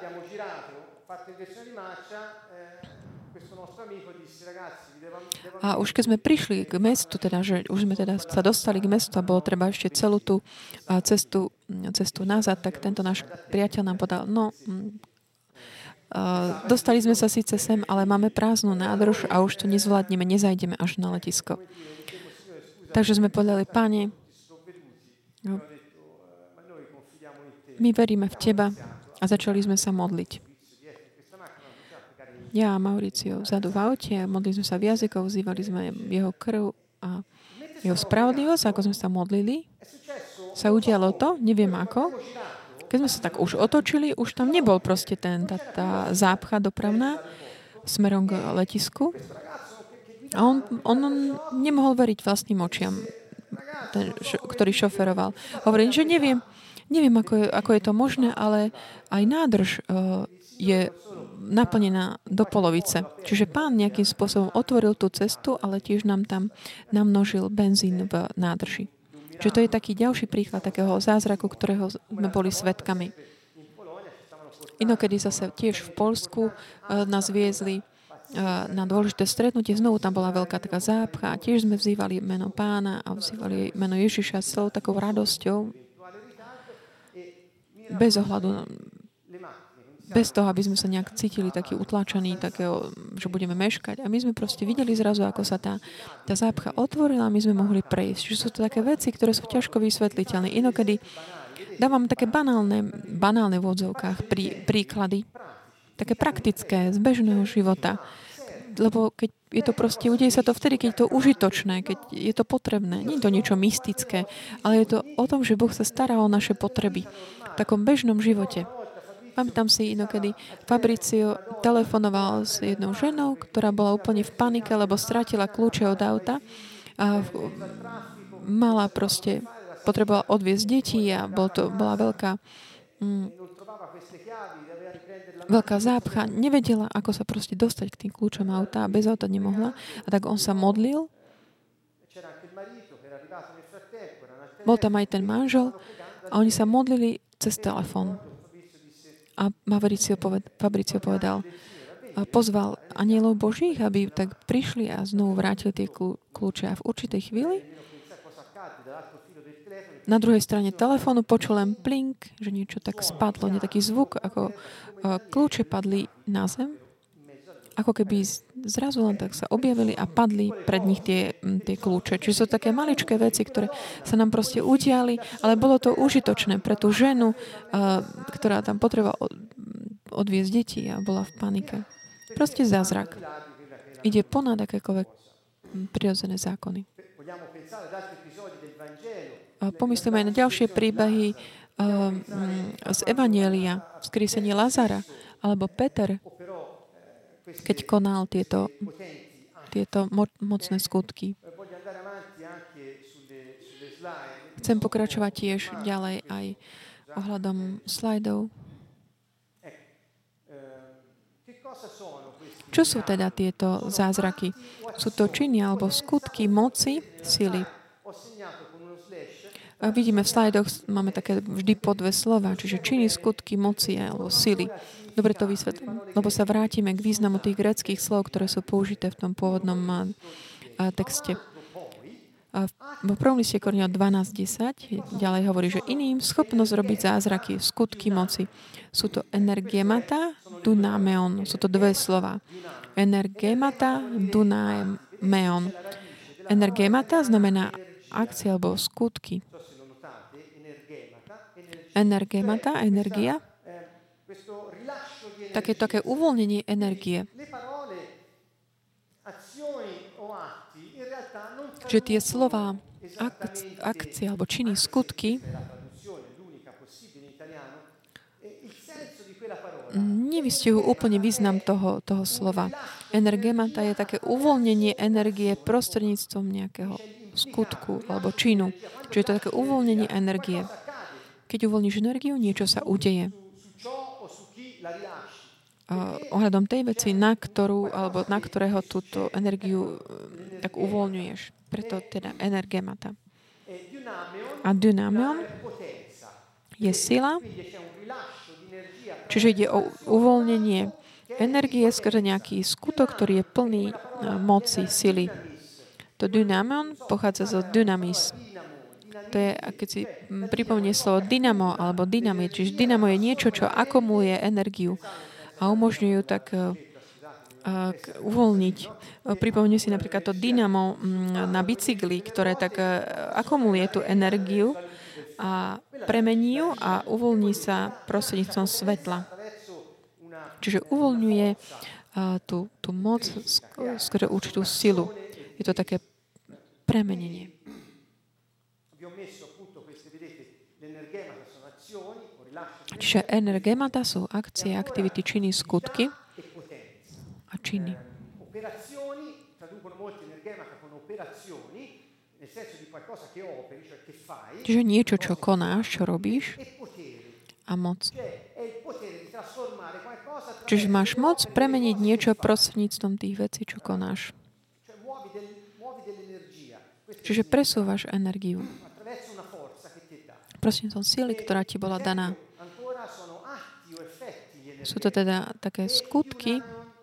A už keď sme prišli k mestu, teda, že už sme teda sa dostali k mestu a bolo treba ešte celú tú cestu nazad, tak tento náš priateľ nám povedal, dostali sme sa síce sem, ale máme prázdnu nádrž a už to nezvládneme, nezajdeme až na letisko. Takže sme povedali, Pane, my veríme v Teba a začali sme sa modliť. Ja a Mauricio vzadu v aute, modlili sme sa v jazykoch, vzývali sme jeho krv a jeho spravodlivosť, ako sme sa modlili. Sa udialo to, neviem ako. Keď sme sa tak už otočili, už tam nebol proste tá zápcha dopravná smerom k letisku. A on nemohol veriť vlastným očiam, ktorý šoferoval. Hovorím, že neviem, ako je to možné, ale aj nádrž je naplnená do polovice. Čiže Pán nejakým spôsobom otvoril tú cestu, ale tiež nám tam namnožil benzín v nádrži. Čiže to je taký ďalší príklad takého zázraku, ktorého sme boli svedkami. Inokedy zase tiež v Poľsku nás viezli na dôležité stretnutie. Znovu tam bola veľká taká zápcha. Tiež sme vzývali meno Pána a vzývali meno Ježiša s celou takou radosťou. Bez toho, aby sme sa nejak cítili taký utlačený, takého, že budeme meškať. A my sme proste videli zrazu, ako sa tá zápcha otvorila a my sme mohli prejsť. Čiže sú to také veci, ktoré sú ťažko vysvetliteľné. Inokedy dávam také banálne v odzovkách príklady, také praktické, z bežného života. Lebo keď je to proste, udeje sa to vtedy, keď je to užitočné, keď je to potrebné. Nie je to niečo mystické, ale je to o tom, že Boh sa stará o naše potreby v takom bežnom živote. Pamätám si inokedy, Fabricio telefonoval s jednou ženou, ktorá bola úplne v panike, lebo stratila kľúče od auta a potrebovala odviezť deti a bola veľká zápcha. Nevedela, ako sa proste dostať k tým kľúčom auta a bez auta nemohla. A tak on sa modlil. Bol tam aj ten manžel a oni sa modlili cez telefón. A Fabricio povedal, pozval anielov Božích, aby tak prišli a znovu vrátili tie kľúče. A v určitej chvíli na druhej strane telefónu počul len plink, že niečo tak spadlo, taký zvuk, ako kľúče padli na zem, ako keby zrazu len tak sa objavili a padli pred nich tie kľúče. Čiže sú také maličké veci, ktoré sa nám proste udiali, ale bolo to užitočné pre tú ženu, ktorá tam potrebovala odviezť deti a bola v panike. Proste zázrak. Ide ponad akékoľvek prirodzené zákony. Pomyslíme aj na ďalšie príbehy z Evanjelia, vzkriesenie Lazara, alebo Peter, keď konal tieto mocné skutky. Chcem pokračovať tiež ďalej aj ohľadom slajdov. Čo sú teda tieto zázraky? Sú to činy alebo skutky moci, sily. A vidíme v slajdoch, máme také vždy po dve slova, čiže činy, skutky, moci alebo sily. Dobre to vysvetlím, lebo sa vrátime k významu tých gréckych slov, ktoré sú použité v tom pôvodnom texte. V prvom liste Korinťanom 12:10 ďalej hovorí, že iným schopnosť robiť zázraky, skutky moci. Sú to energemata, dunameon. Sú to dve slova. Energemata, dunameon. Energemata znamená akcia alebo skutky. Energemata, energia. Také uvoľnenie energie. Že tie slova, akcie alebo činy, skutky nevystihujú úplne význam toho slova. Energemata je také uvoľnenie energie prostredníctvom nejakého skutku alebo činu. Čiže je to také uvoľnenie energie. Keď uvoľníš energiu, niečo sa udeje. Ohľadom tej veci, na ktorého túto energiu tak uvoľňuješ. Preto teda energemata. A dynamion je sila, čiže ide o uvoľnenie energie skrze nejaký skutok, ktorý je plný moci, sily. To dynamion pochádza zo dynamis. To je, keď si pripomnie slovo dynamo alebo dynamit. Čiže dynamo je niečo, čo akumuluje energiu a umožňujú tak uvoľniť. Pripomne si napríklad to dynamo na bicykli, ktoré tak akumuluje tú energiu a premení ju a uvoľní sa prostredníctvom svetla. Čiže uvoľňuje tú moc skrze určitú silu. Je to také premenenie. Čiže energemata sú akcie, aktivity, činy, skutky a činy. Čiže niečo, čo konáš, čo robíš a moc. Čiže máš moc premeniť niečo prostredníctvom tých vecí, čo konáš. Čiže presúvaš energiu. Prostredníctvom síly, ktorá ti bola daná. Sú to teda také skutky.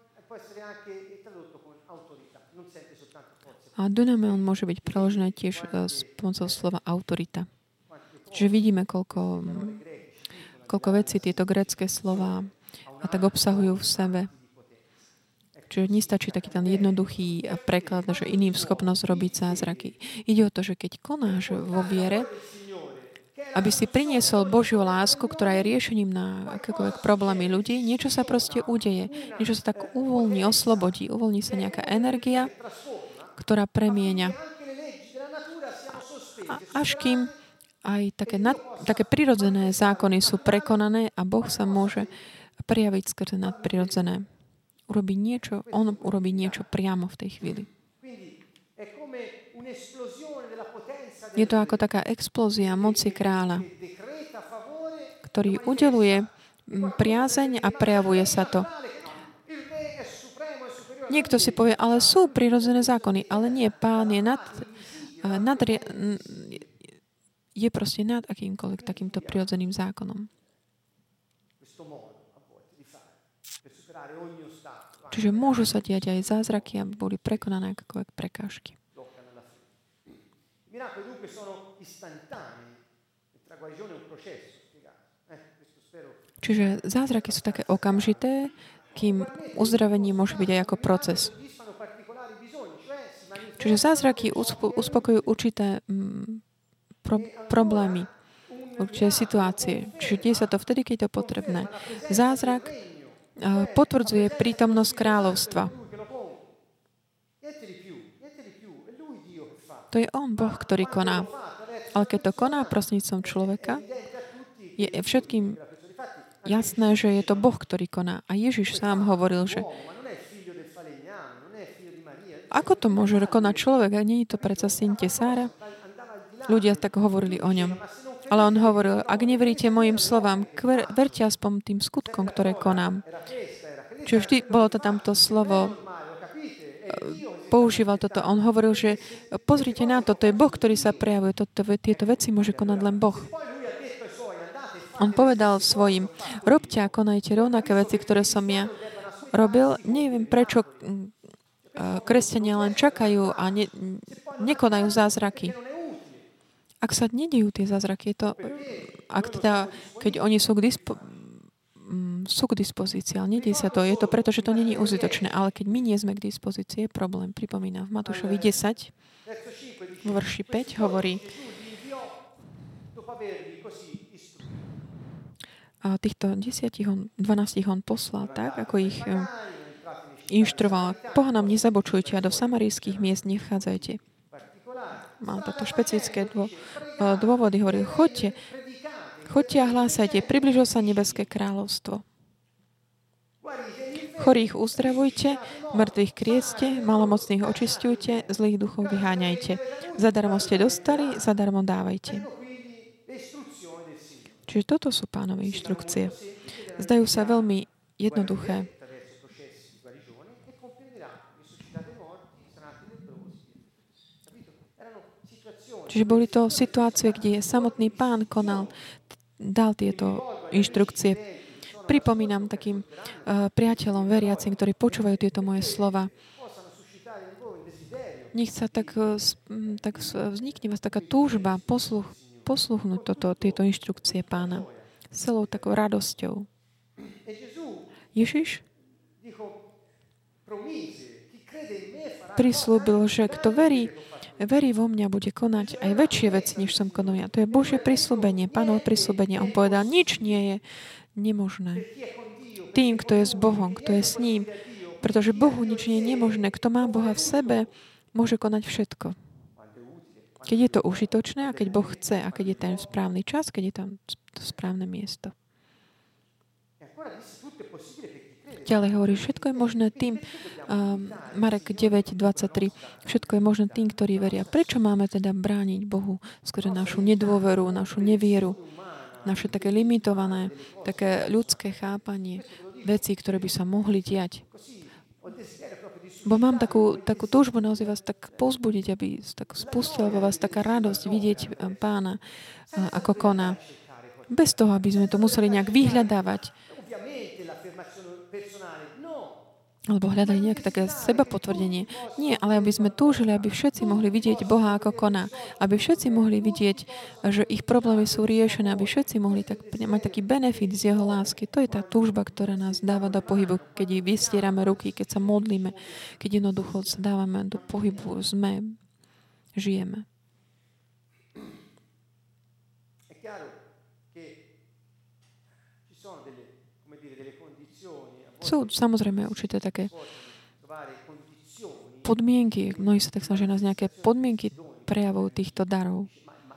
A dynameon môže byť preložené tiež s pomocou slova autorita. Čiže vidíme, koľko vecí tieto grécke slova a tak obsahujú v sebe. Čiže nestačí taký ten jednoduchý preklad, že iným schopnosť robiť zázraky. Ide o to, že keď konáš vo viere, aby si priniesol Božiu lásku, ktorá je riešením na akékoľvek problémy ľudí, niečo sa proste udeje. Niečo sa tak uvoľní, oslobodí. Uvoľní sa nejaká energia, ktorá premieňa. Až kým aj také prirodzené zákony sú prekonané a Boh sa môže prejaviť skrze nadprirodzené. On urobí niečo priamo v tej chvíli. Je to ako taká explózia moci kráľa, ktorý udeluje priazeň a prejavuje sa to. Niekto si povie, ale sú prirodzené zákony, ale nie, Pán je je proste nad akýmkoľvek takýmto prirodzeným zákonom. Čiže môžu sa diať aj zázraky, aby boli prekonané akékoľvek prekážky. Čiže zázraky sú také okamžité, kým uzdravenie môže byť aj ako proces. Čiže zázraky uspokojujú určité problémy, určité situácie. Čiže deje sa to vtedy, keď je to potrebné. Zázrak potvrdzuje prítomnosť kráľovstva. To je on, Boh, ktorý koná. Ale keď to koná prostredníctvom človeka, je všetkým jasné, že je to Boh, ktorý koná. A Ježiš sám hovoril, že ako to môže konať človek? A nie je to predsa syn Tesára? Ľudia tak hovorili o ňom. Ale on hovoril, ak neveríte mojim slovám, verte aspoň tým skutkom, ktoré konám. Čiže vždy bolo to tamto slovo, používal toto. On hovoril, že pozrite na to, to je Boh, ktorý sa prejavuje. Tieto veci môže konať len Boh. On povedal svojim, robte a konajte rovnaké veci, ktoré som ja robil. Neviem, prečo kresťania len čakajú a nekonajú zázraky. Ak sa nedejú tie zázraky, je to, keď oni sú k dispozícii, ale nedieje sa to. Je to preto, že to není užitočné. Ale keď my nie sme k dispozícii, je problém. Pripomínam, v Matúšovi 10, v verši 5 hovorí, a týchto 12 on poslal tak, ako ich inštruoval. Pohanám nezabočujte a do samarijských miest nevchádzajte. Mal toto špecifické dôvody. Hovorí, choďte a hlásajte, približilo sa nebeské kráľovstvo. Chorých uzdravujte, mŕtvych krieste, malomocných očisťujte, zlých duchov vyháňajte. Zadarmo ste dostali, zadarmo dávajte. Čiže toto sú Pánove inštrukcie. Zdajú sa veľmi jednoduché. Čiže boli to situácie, kde samotný Pán dal tieto inštrukcie. Pripomínam takým priateľom, veriacim, ktorí počúvajú tieto moje slova. Nech sa tak vznikne vás taká túžba posluchnúť tieto inštrukcie Pána s celou takou radosťou. Ježiš prislúbil, že kto verí vo mňa, bude konať aj väčšie veci, než som konal ja. To je Božie prislúbenie, Pánovo prislúbenie. On povedal, nič nie je nemožné. Tým, kto je s Bohom, kto je s ním, pretože Bohu nič nie je nemožné. Kto má Boha v sebe, môže konať všetko. Keď je to užitočné a keď Boh chce a keď je ten správny čas, keď je tam to správne miesto. Ďalej hovorí, všetko je možné tým, Marek 9:23, všetko je možné tým, ktorí veria. Prečo máme teda brániť Bohu skôr našu nedôveru, našu nevieru, naše také limitované, také ľudské chápanie vecí, ktoré by sa mohli diať? Bo mám takú túžbu naozaj vás tak povzbudiť, aby tak spustila vo vás taká radosť vidieť Pána, ako koná. Bez toho, aby sme to museli nejak vyhľadávať. Alebo hľadali nejaké také sebapotvrdenie. Nie, ale aby sme túžili, aby všetci mohli vidieť Boha, ako koná. Aby všetci mohli vidieť, že ich problémy sú riešené. Aby všetci mohli mať taký benefit z jeho lásky. To je tá túžba, ktorá nás dáva do pohybu, keď vystierame ruky, keď sa modlíme, keď jednoducho sa dávame do pohybu, žijeme. Sú samozrejme určité také podmienky. Mnohí sa tak snažia nás nejaké podmienky prejavov týchto darov.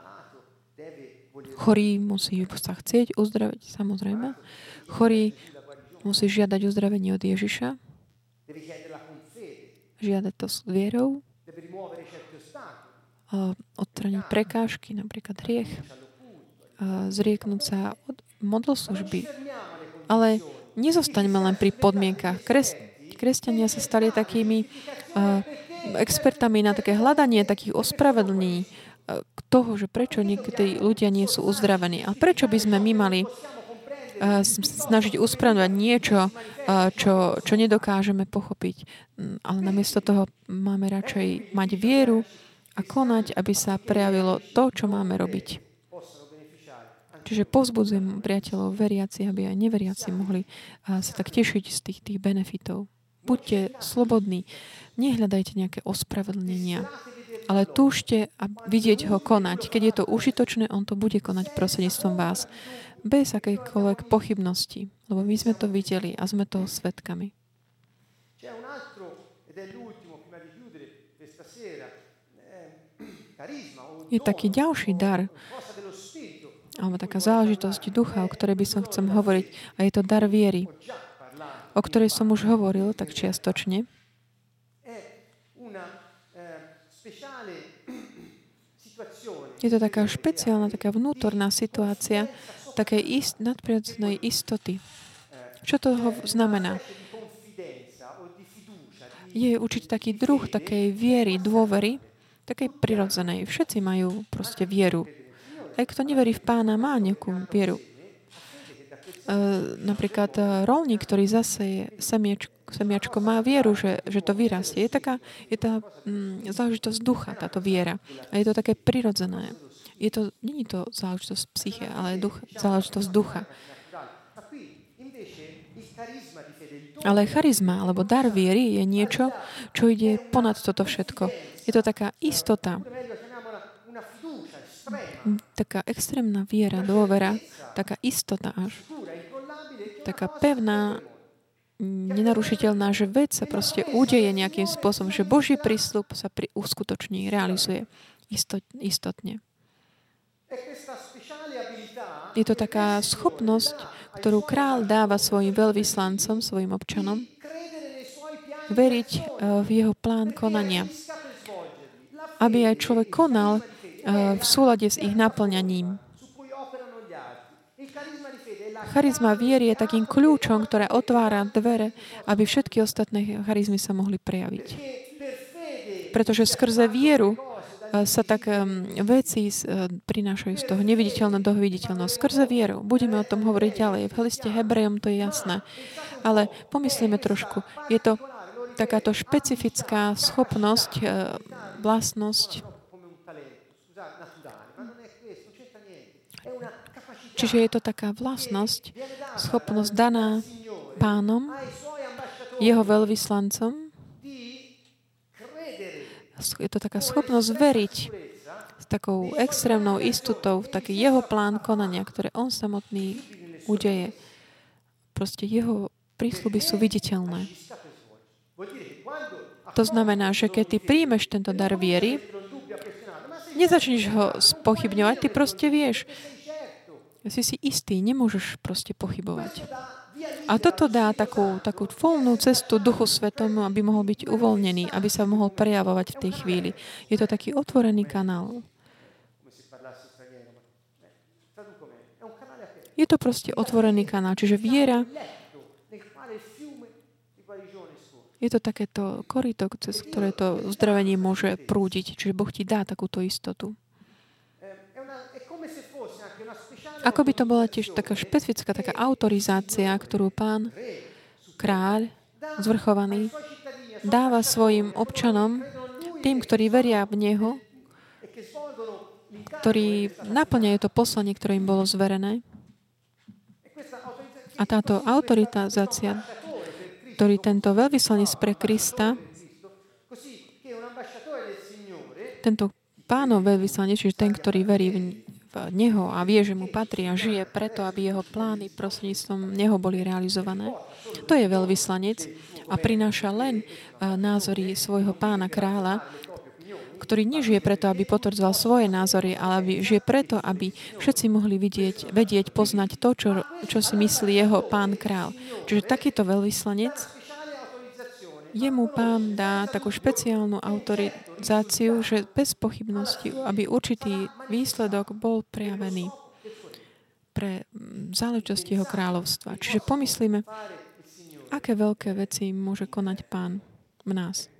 Chorý musí sa chcieť uzdraviť, samozrejme. Chorý musí žiadať uzdravenie od Ježiša. Žiadať to s vierou. Odstraniť prekážky, napríklad hriech. Zrieknúť sa od modloslužby. Ale nezostaňme len pri podmienkach. Kresťania sa stali takými expertami na také hľadanie takých ospravedlnení toho, že prečo niektorí ľudia nie sú uzdravení. A prečo by sme my mali snažiť uspravedlňovať niečo, čo nedokážeme pochopiť. Ale namiesto toho máme radšej mať vieru a konať, aby sa prejavilo to, čo máme robiť. Čiže povzbudzujem priateľov, veriaci, aby aj neveriaci mohli sa tak tešiť z tých benefitov. Buďte slobodní, nehľadajte nejaké ospravedlnenia, ale túžte a vidieť ho konať. Keď je to užitočné, on to bude konať prostredníctvom vás. Bez akejkoľvek pochybnosti, lebo my sme to videli a sme toho svedkami. Je taký ďalší dar, alebo taká záležitosť ducha, o ktorej by som chcel hovoriť, a je to dar viery, o ktorej som už hovoril tak čiastočne. Je to taká špeciálna, taká vnútorná situácia takej nadprirodzenej istoty. Čo to znamená? Je určite taký druh takej viery, dôvery, takej prirodzenej. Všetci majú proste vieru. Aj kto neverí v Pána, má nejakú vieru. Napríklad roľník, ktorý zaseje semiačko má vieru, že to vyrastie. Je tá záležitosť ducha, táto viera. A je to také prirodzené. Nie je to záležitosť psyche, ale záležitosť ducha. Ale charizma, alebo dar viery je niečo, čo ide ponad toto všetko. Je to taká istota, taká extrémna viera, dôvera, taká istota až. Taká pevná, nenarušiteľná, že vec sa proste udeje nejakým spôsobom, že Boží prísľub sa uskutoční, realizuje istotne. Je to taká schopnosť, ktorú král dáva svojim veľvyslancom, svojim občanom, veriť v jeho plán konania. Aby aj človek konal v súlade s ich naplňaním. Charizma viery je takým kľúčom, ktoré otvára dvere, aby všetky ostatné charizmy sa mohli prejaviť. Pretože skrze vieru sa tak veci prinášajú z toho neviditeľného do viditeľného. Skrze vieru. Budeme o tom hovoriť ďalej. V liste Hebrejom to je jasné. Ale pomyslíme trošku. Je to takáto špecifická schopnosť, vlastnosť. Čiže je to taká vlastnosť, schopnosť daná Pánom, jeho veľvyslancom. Je to taká schopnosť veriť s takou extrémnou istotou v taký jeho plán konania, ktoré on samotný udeje. Proste jeho prísľuby sú viditeľné. To znamená, že keď ty príjmeš tento dar viery, nezačneš ho spochybňovať, ty proste vieš. Si istý, nemôžeš proste pochybovať. A toto dá takú voľnú cestu Duchu Svetomu, aby mohol byť uvoľnený, aby sa mohol prejavovať v tej chvíli. Je to taký otvorený kanál. Je to proste otvorený kanál, čiže viera je to takéto koryto, cez ktoré to uzdravenie môže prúdiť. Čiže Boh ti dá takúto istotu. Ako by to bola tiež taká špecifická taká autorizácia, ktorú Pán, kráľ, zvrchovaný, dáva svojim občanom, tým, ktorí veria v Neho, ktorí naplňajú to poslanie, ktoré im bolo zverené. A táto autorizácia, ktorý tento veľvyslanec pre Krista, tento Pánov veľvyslanec, čiže ten, ktorý verí v Neho a vie, že mu patrí a žije preto, aby jeho plány prostredníctvom Neho boli realizované. To je veľvyslanec a prináša len názory svojho pána kráľa, ktorý nežije preto, aby potvrdzoval svoje názory, ale žije preto, aby všetci mohli vedieť, poznať to, čo si myslí jeho pán král. Čiže takýto veľvyslanec, jemu Pán dá takú špeciálnu autorizáciu, že bez pochybnosti, aby určitý výsledok bol prejavený pre záležitosti jeho kráľovstva. Čiže pomyslíme, aké veľké veci môže konať Pán v nás.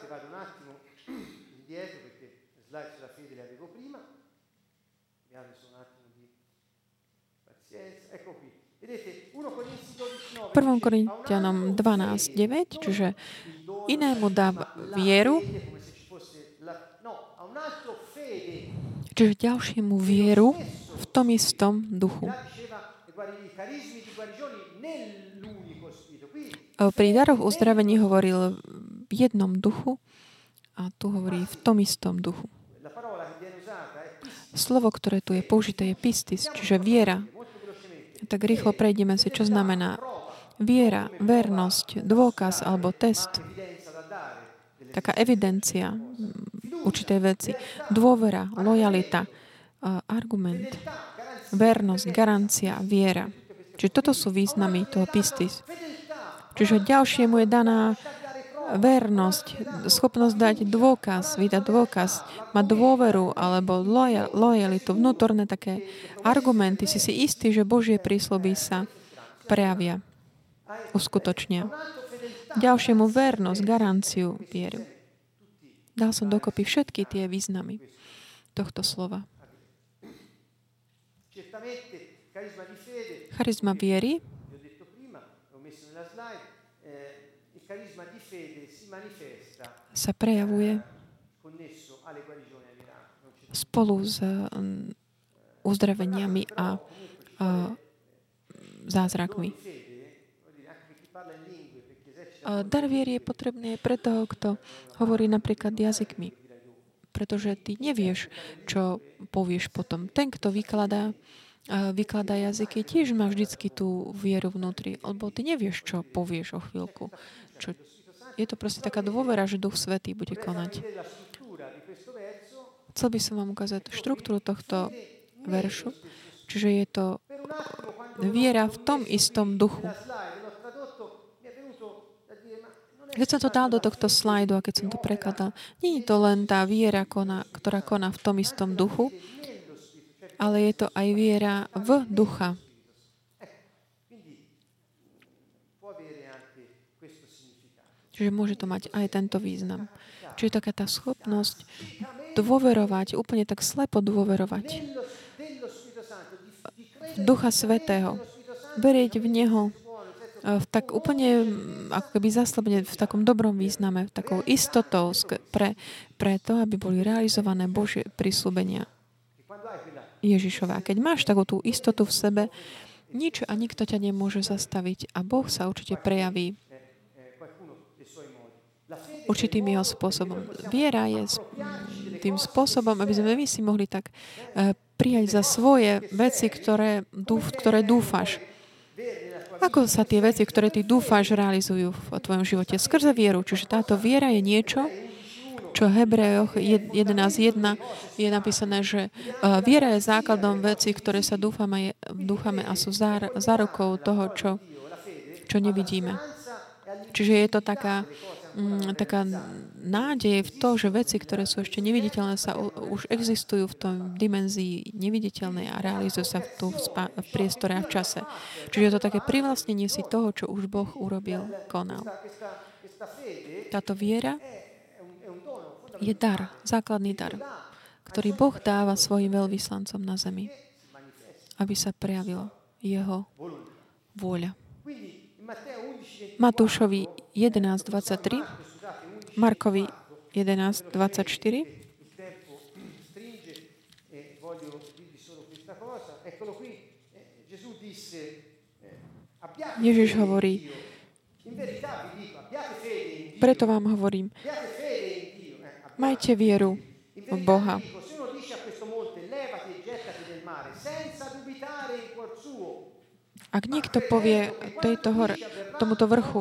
V 1. Korinťanom 12:9, čiže inému dá vieru, čiže ďalšiemu vieru v tom istom duchu. Pri daroch uzdravení hovoril v jednom duchu a tu hovorí v tom istom duchu. Slovo, ktoré tu je použité, je pistis, čiže viera. Tak rýchlo prejdeme si, čo znamená viera, vernosť, dôkaz alebo test. Taká evidencia určitej veci. Dôvera, lojalita, argument, vernosť, garancia, viera. Čiže toto sú významy toho pistis. Čiže ďalšiemu je daná vernosť, schopnosť dať dôkaz, vydať dôkaz, mať dôveru alebo lojalitu, vnútorné také argumenty. Si istý, že Božie prísľuby sa prejavia, uskutočnia. Ďalšiemu vernosť, garanciu, vieru. Dal som dokopy všetky tie významy tohto slova. Charizma viery. sa prejavuje spolu s uzdraveniami a zázrakmi. Dar viery je potrebný pre toho, kto hovorí napríklad jazykmi. Pretože ty nevieš, čo povieš potom. Ten, kto vykladá jazyky, tiež má vždycky tú vieru vnútri. Lebo ty nevieš, čo povieš o chvíľku. Je to proste taká dôvera, že Duch Svätý bude konať. Chcel by som vám ukázať štruktúru tohto veršu. Čiže je to viera v tom istom duchu. Keď som to dal do tohto slajdu a keď som to prekladal, nie je to len tá viera, ktorá koná v tom istom duchu, ale je to aj viera v ducha. Čiže môže to mať aj tento význam. Čiže taká tá schopnosť dôverovať, úplne tak slepo dôverovať v Ducha Svätého. Verieť v Neho tak úplne ako keby zaslabne v takom dobrom význame, takou istotou pre to, aby boli realizované Božie prisľúbenia Ježišova. A keď máš takú tú istotu v sebe, nič a nikto ťa nemôže zastaviť a Boh sa určite prejaví určitým jeho spôsobom. Viera je tým spôsobom, aby sme my si mohli tak prijať za svoje veci, ktoré dúfaš. Ako sa tie veci, ktoré ty dúfáš, realizujú v tvojom živote? Skrze vieru. Čiže táto viera je niečo, čo v Hebrejoch 11.1 je napísané, že viera je základom vecí, ktoré sa dúfame a sú zárukou toho, čo nevidíme. Čiže je to taká nádej v to, že veci, ktoré sú ešte neviditeľné, už existujú v tom dimenzii neviditeľnej a realizujú sa v priestore a v čase. Čiže je to také privlastnenie si toho, čo už Boh urobil, konal. Táto viera je dar, základný dar, ktorý Boh dáva svojim veľvyslancom na zemi, aby sa prejavila jeho vôľa. Matúšovi 11.23, Markovi 11.24. Ježiš hovorí, preto vám hovorím, majte vieru v Boha. Ak niekto povie tomuto vrchu,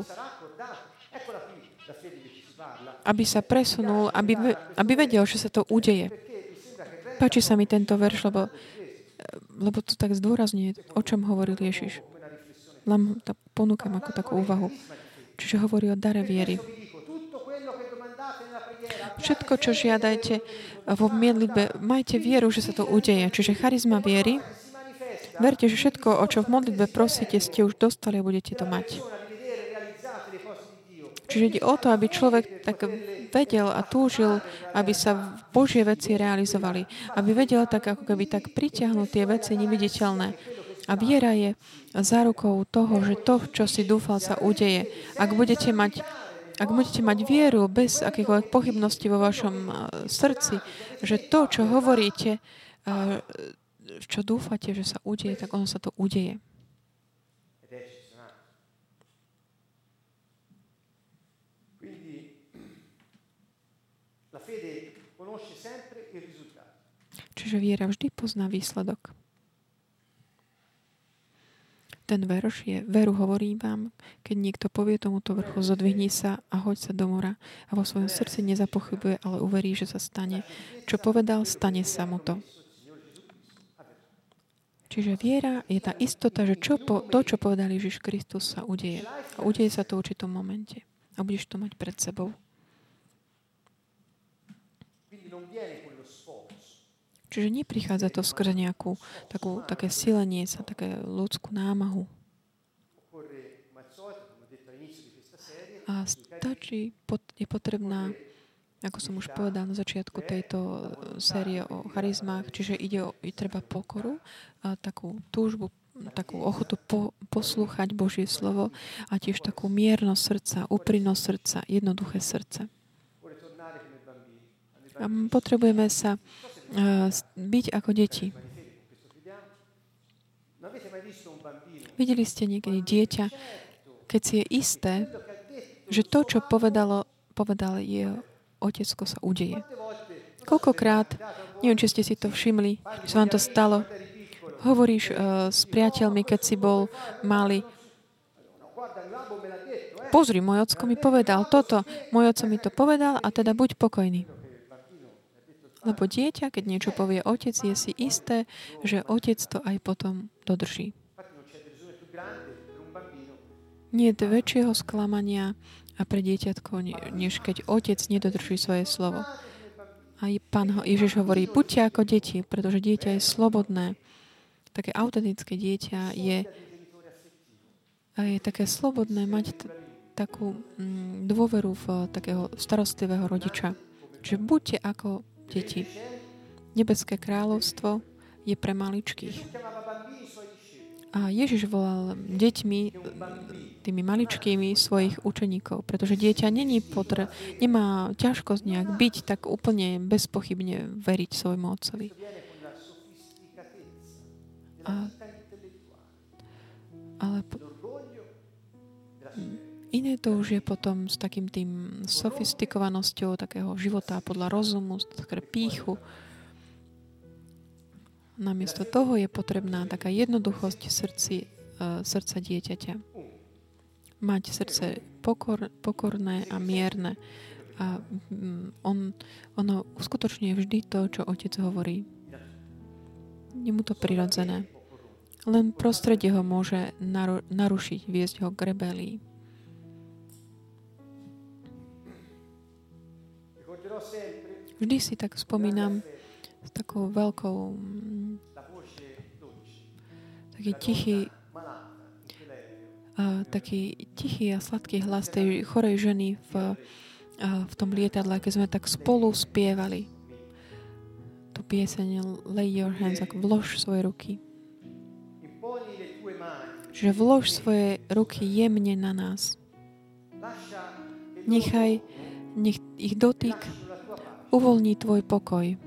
aby sa presunul, aby vedel, že sa to udeje. Páči sa mi tento verš, lebo to tak zdôrazňuje, o čom hovoril Ježiš. Len to ponúkam ako takú úvahu. Čiže hovorí o dare viery. Všetko, čo žiadajte vo modlitbe, majte vieru, že sa to udeje. Čiže charizma viery. Verte, že všetko, o čo v modlitbe prosíte, ste už dostali a budete to mať. Čiže ide o to, aby človek tak vedel a túžil, aby sa Božie veci realizovali. Aby vedel tak, ako keby tak pritiahnuť tie veci neviditeľné. A viera je zárukou toho, že to, čo si dúfal, sa udeje. Ak budete mať vieru bez akýchkoľvek pochybností vo vašom srdci, že to, čo hovoríte, čo dúfate, že sa udeje, tak ono sa to udeje. Čiže viera vždy pozná výsledok. Ten verš je, veru hovorím vám, keď niekto povie tomuto vrchu, zodvihni sa a hoď sa do mora a vo svojom srdci nezapochybuje, ale uverí, že sa stane. Čo povedal, stane sa mu to. Čiže viera je tá istota, že to, čo povedal Ježiš Kristus, sa udeje. A udeje sa to v určitom momente. A budeš to mať pred sebou. Čiže neprichádza to skrze nejakú také silenie sa, také ľudskú námahu. A je potrebná, ako som už povedal na začiatku tejto série o charizmách, čiže treba pokoru, a takú túžbu takú ochotu poslúchať Božie slovo a tiež takú miernosť srdca, úprimnosť srdca, jednoduché srdce. A potrebujeme sa byť ako deti. Videli ste niekedy dieťa, keď si je isté, že to, čo povedal jeho otecko, sa udeje. Koľkokrát, neviem, či ste si to všimli, či sa vám to stalo, hovoríš s priateľmi, keď si bol malý, pozri, môj ocko mi povedal toto, môj ocko mi to povedal a teda buď pokojný. Lebo dieťa, keď niečo povie otec, je si isté, že otec to aj potom dodrží. Nie je väčšieho sklamania a pre dieťatko, než keď otec nedodrží svoje slovo. A Pán Ježiš hovorí, buďte ako deti, pretože dieťa je slobodné. Také autentické dieťa je také slobodné mať takú dôveru v takého starostlivého rodiča. Čiže buďte ako deti. Nebeské kráľovstvo je pre maličkých. A Ježiš volal deťmi, tými maličkými svojich učeníkov, pretože dieťa nemá ťažkosť nejak byť tak úplne bezpochybne veriť svojmu otcovi. Ale iné to už je potom s takým tým sofistikovanosťou takého života podľa rozumu, také pýchu. Namiesto toho je potrebná taká jednoduchosť srdca dieťaťa. Mať srdce pokorné a mierne. A ono uskutočňuje vždy to, čo otec hovorí. Je mu to prirodzené. Len prostredie ho môže narušiť, viesť ho k rebelii. Vždy si tak spomínam s takou veľkou taký tichý a sladký hlas tej chorej ženy v tom lietadle, keď sme tak spolu spievali tú pieseň Lay your hands, ako vlož svoje ruky. Že vlož svoje ruky jemne na nás. Nech ich dotyk uvoľní tvoj pokoj.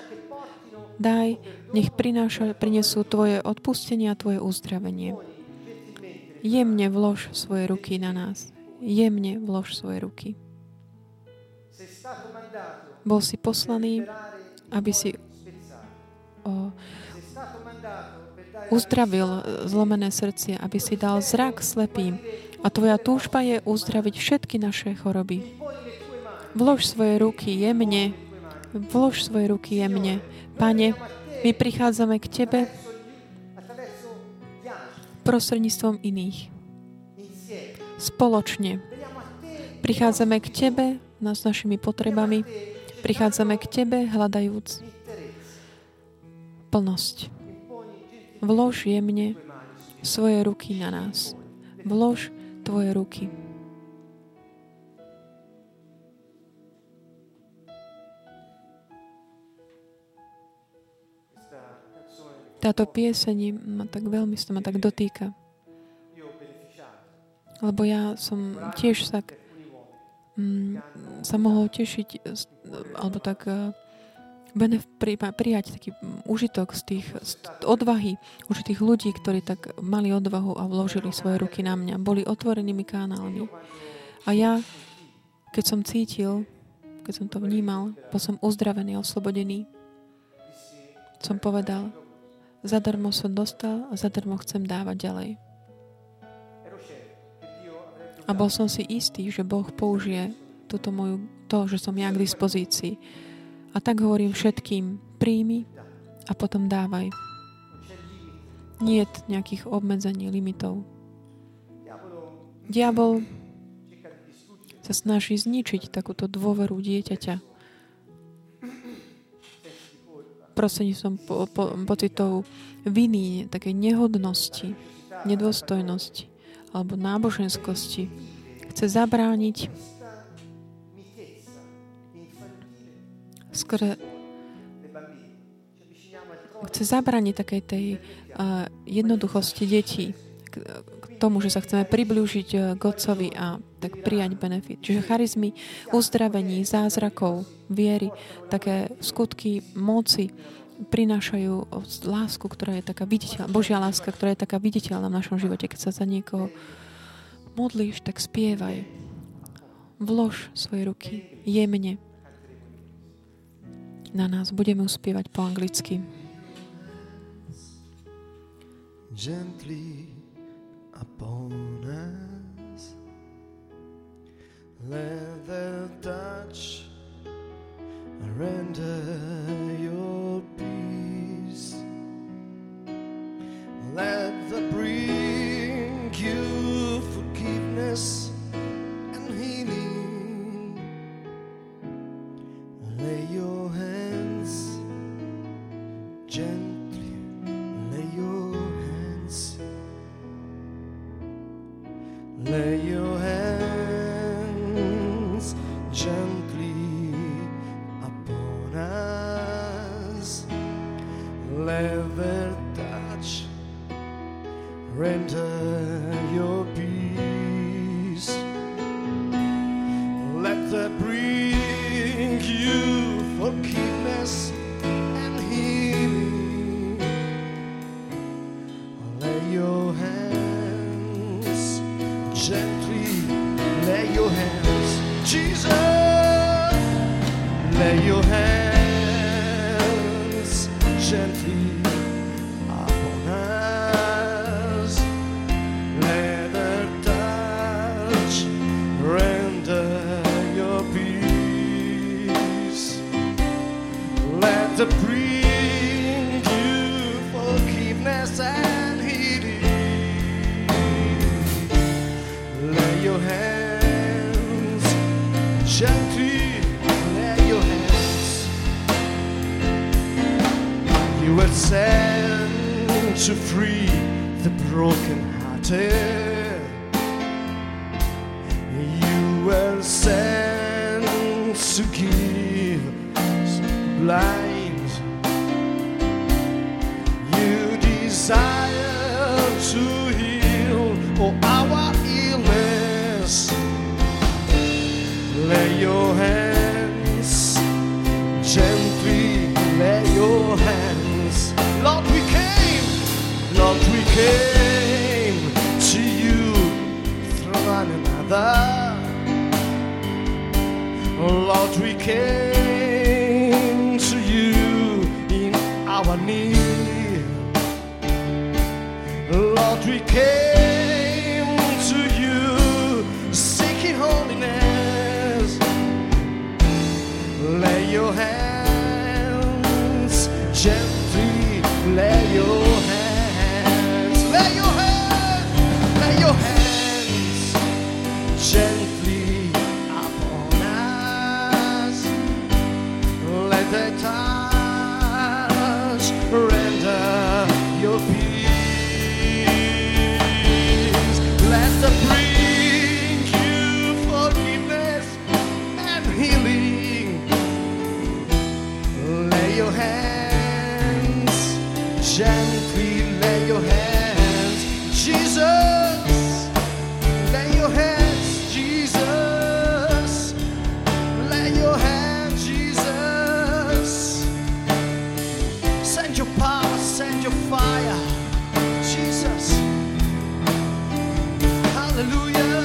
Nech prinesú tvoje odpustenie a tvoje uzdravenie. Jemne vlož svoje ruky na nás. Jemne vlož svoje ruky. Bol si poslaný, aby si uzdravil zlomené srdcia, aby si dal zrak slepým. A tvoja túžba je uzdraviť všetky naše choroby. Vlož svoje ruky jemne. Vlož svoje ruky jemne. Pane, my prichádzame k Tebe prostredníctvom iných. Spoločne. Prichádzame k Tebe s našimi potrebami. Prichádzame k Tebe hľadajúc plnosť. Vlož jemne svoje ruky na nás. Vlož Tvoje ruky. Táto pieseň ma tak veľmi sa ma tak dotýka. Lebo ja som tiež sa mohol tešiť alebo tak prijať taký užitok z odvahy určitých ľudí, ktorí tak mali odvahu a vložili svoje ruky na mňa. Boli otvorenými kanálmi. A ja, keď som cítil, keď som to vnímal, bol som uzdravený, oslobodený, som povedal, zadarmo som dostal a zadarmo chcem dávať ďalej. A bol som si istý, že Boh použije to, že som ja k dispozícii. A tak hovorím všetkým, príjmi a potom dávaj. Nie je nejakých obmedzení, limitov. Diabol sa snaží zničiť takúto dôveru dieťaťa. Prostredníctvom pocitov viny, takej nehodnosti, nedôstojnosti alebo náboženskosti. Chce zabrániť chce zabrániť takej tej jednoduchosti detí, k tomu, že sa chceme priblížiť k Otcovi a tak prijať benefit. Čiže charizmy uzdravení, zázrakov, viery, také skutky moci prinášajú lásku, ktorá je taká viditeľná, Božia láska, ktorá je taká viditeľná v našom živote. Keď sa za niekoho modlíš, tak spievaj. Vlož svoje ruky jemne na nás. Budeme uspievať po anglicky. Gently upon us, let the touch render your peace. Let the bring you forgiveness and healing. Lay your hands gently, lay your hands, lay your hands gently upon us. Let their touch render your peace. Let them bring you forgiveness and healing. Lay your hands gently, lay your hands, Jesus, lay your hands gently upon us. Let the touch render your peace. Let the bring you forgiveness and healing. Lay your hands gently, lay your hands. You were sent to free the brokenhearted. You were sent to give blind. You desire to heal all our illness. Lay your hands gently, lay your hands. Lord, we came to you through one another. Lord, we came to you in our need. Lord, we came to you seeking holiness. Lay your hands gently, lay your hands, lay your hands, lay your hands gently upon us. Let the touch render your peace. Let the bring you forgiveness and healing. Lay your hands gently, lay your hands, Jesus. Lay your hands, Jesus. Lay your hands, Jesus. Send your power, send your fire, Jesus. Hallelujah.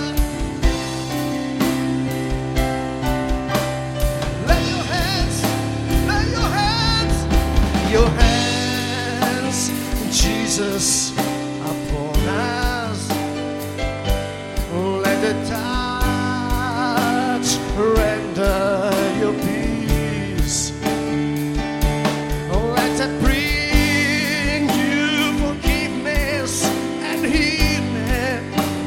Lay your hands, lay your hands, your hands, Jesus, upon us. Let the touch render your peace. Let it bring you forgiveness and healing.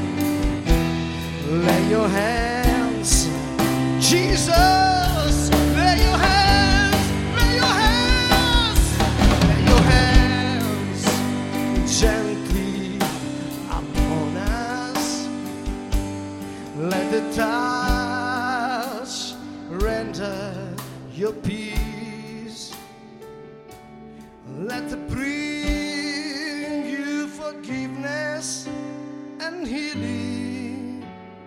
Lay your hands, Jesus. Lay your hands, lay your hands, lay your hands gently upon us. Let the touch render your peace. Let the bring and healing.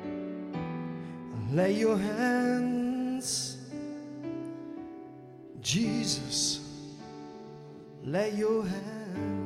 Lay your hands, Jesus, lay your hands.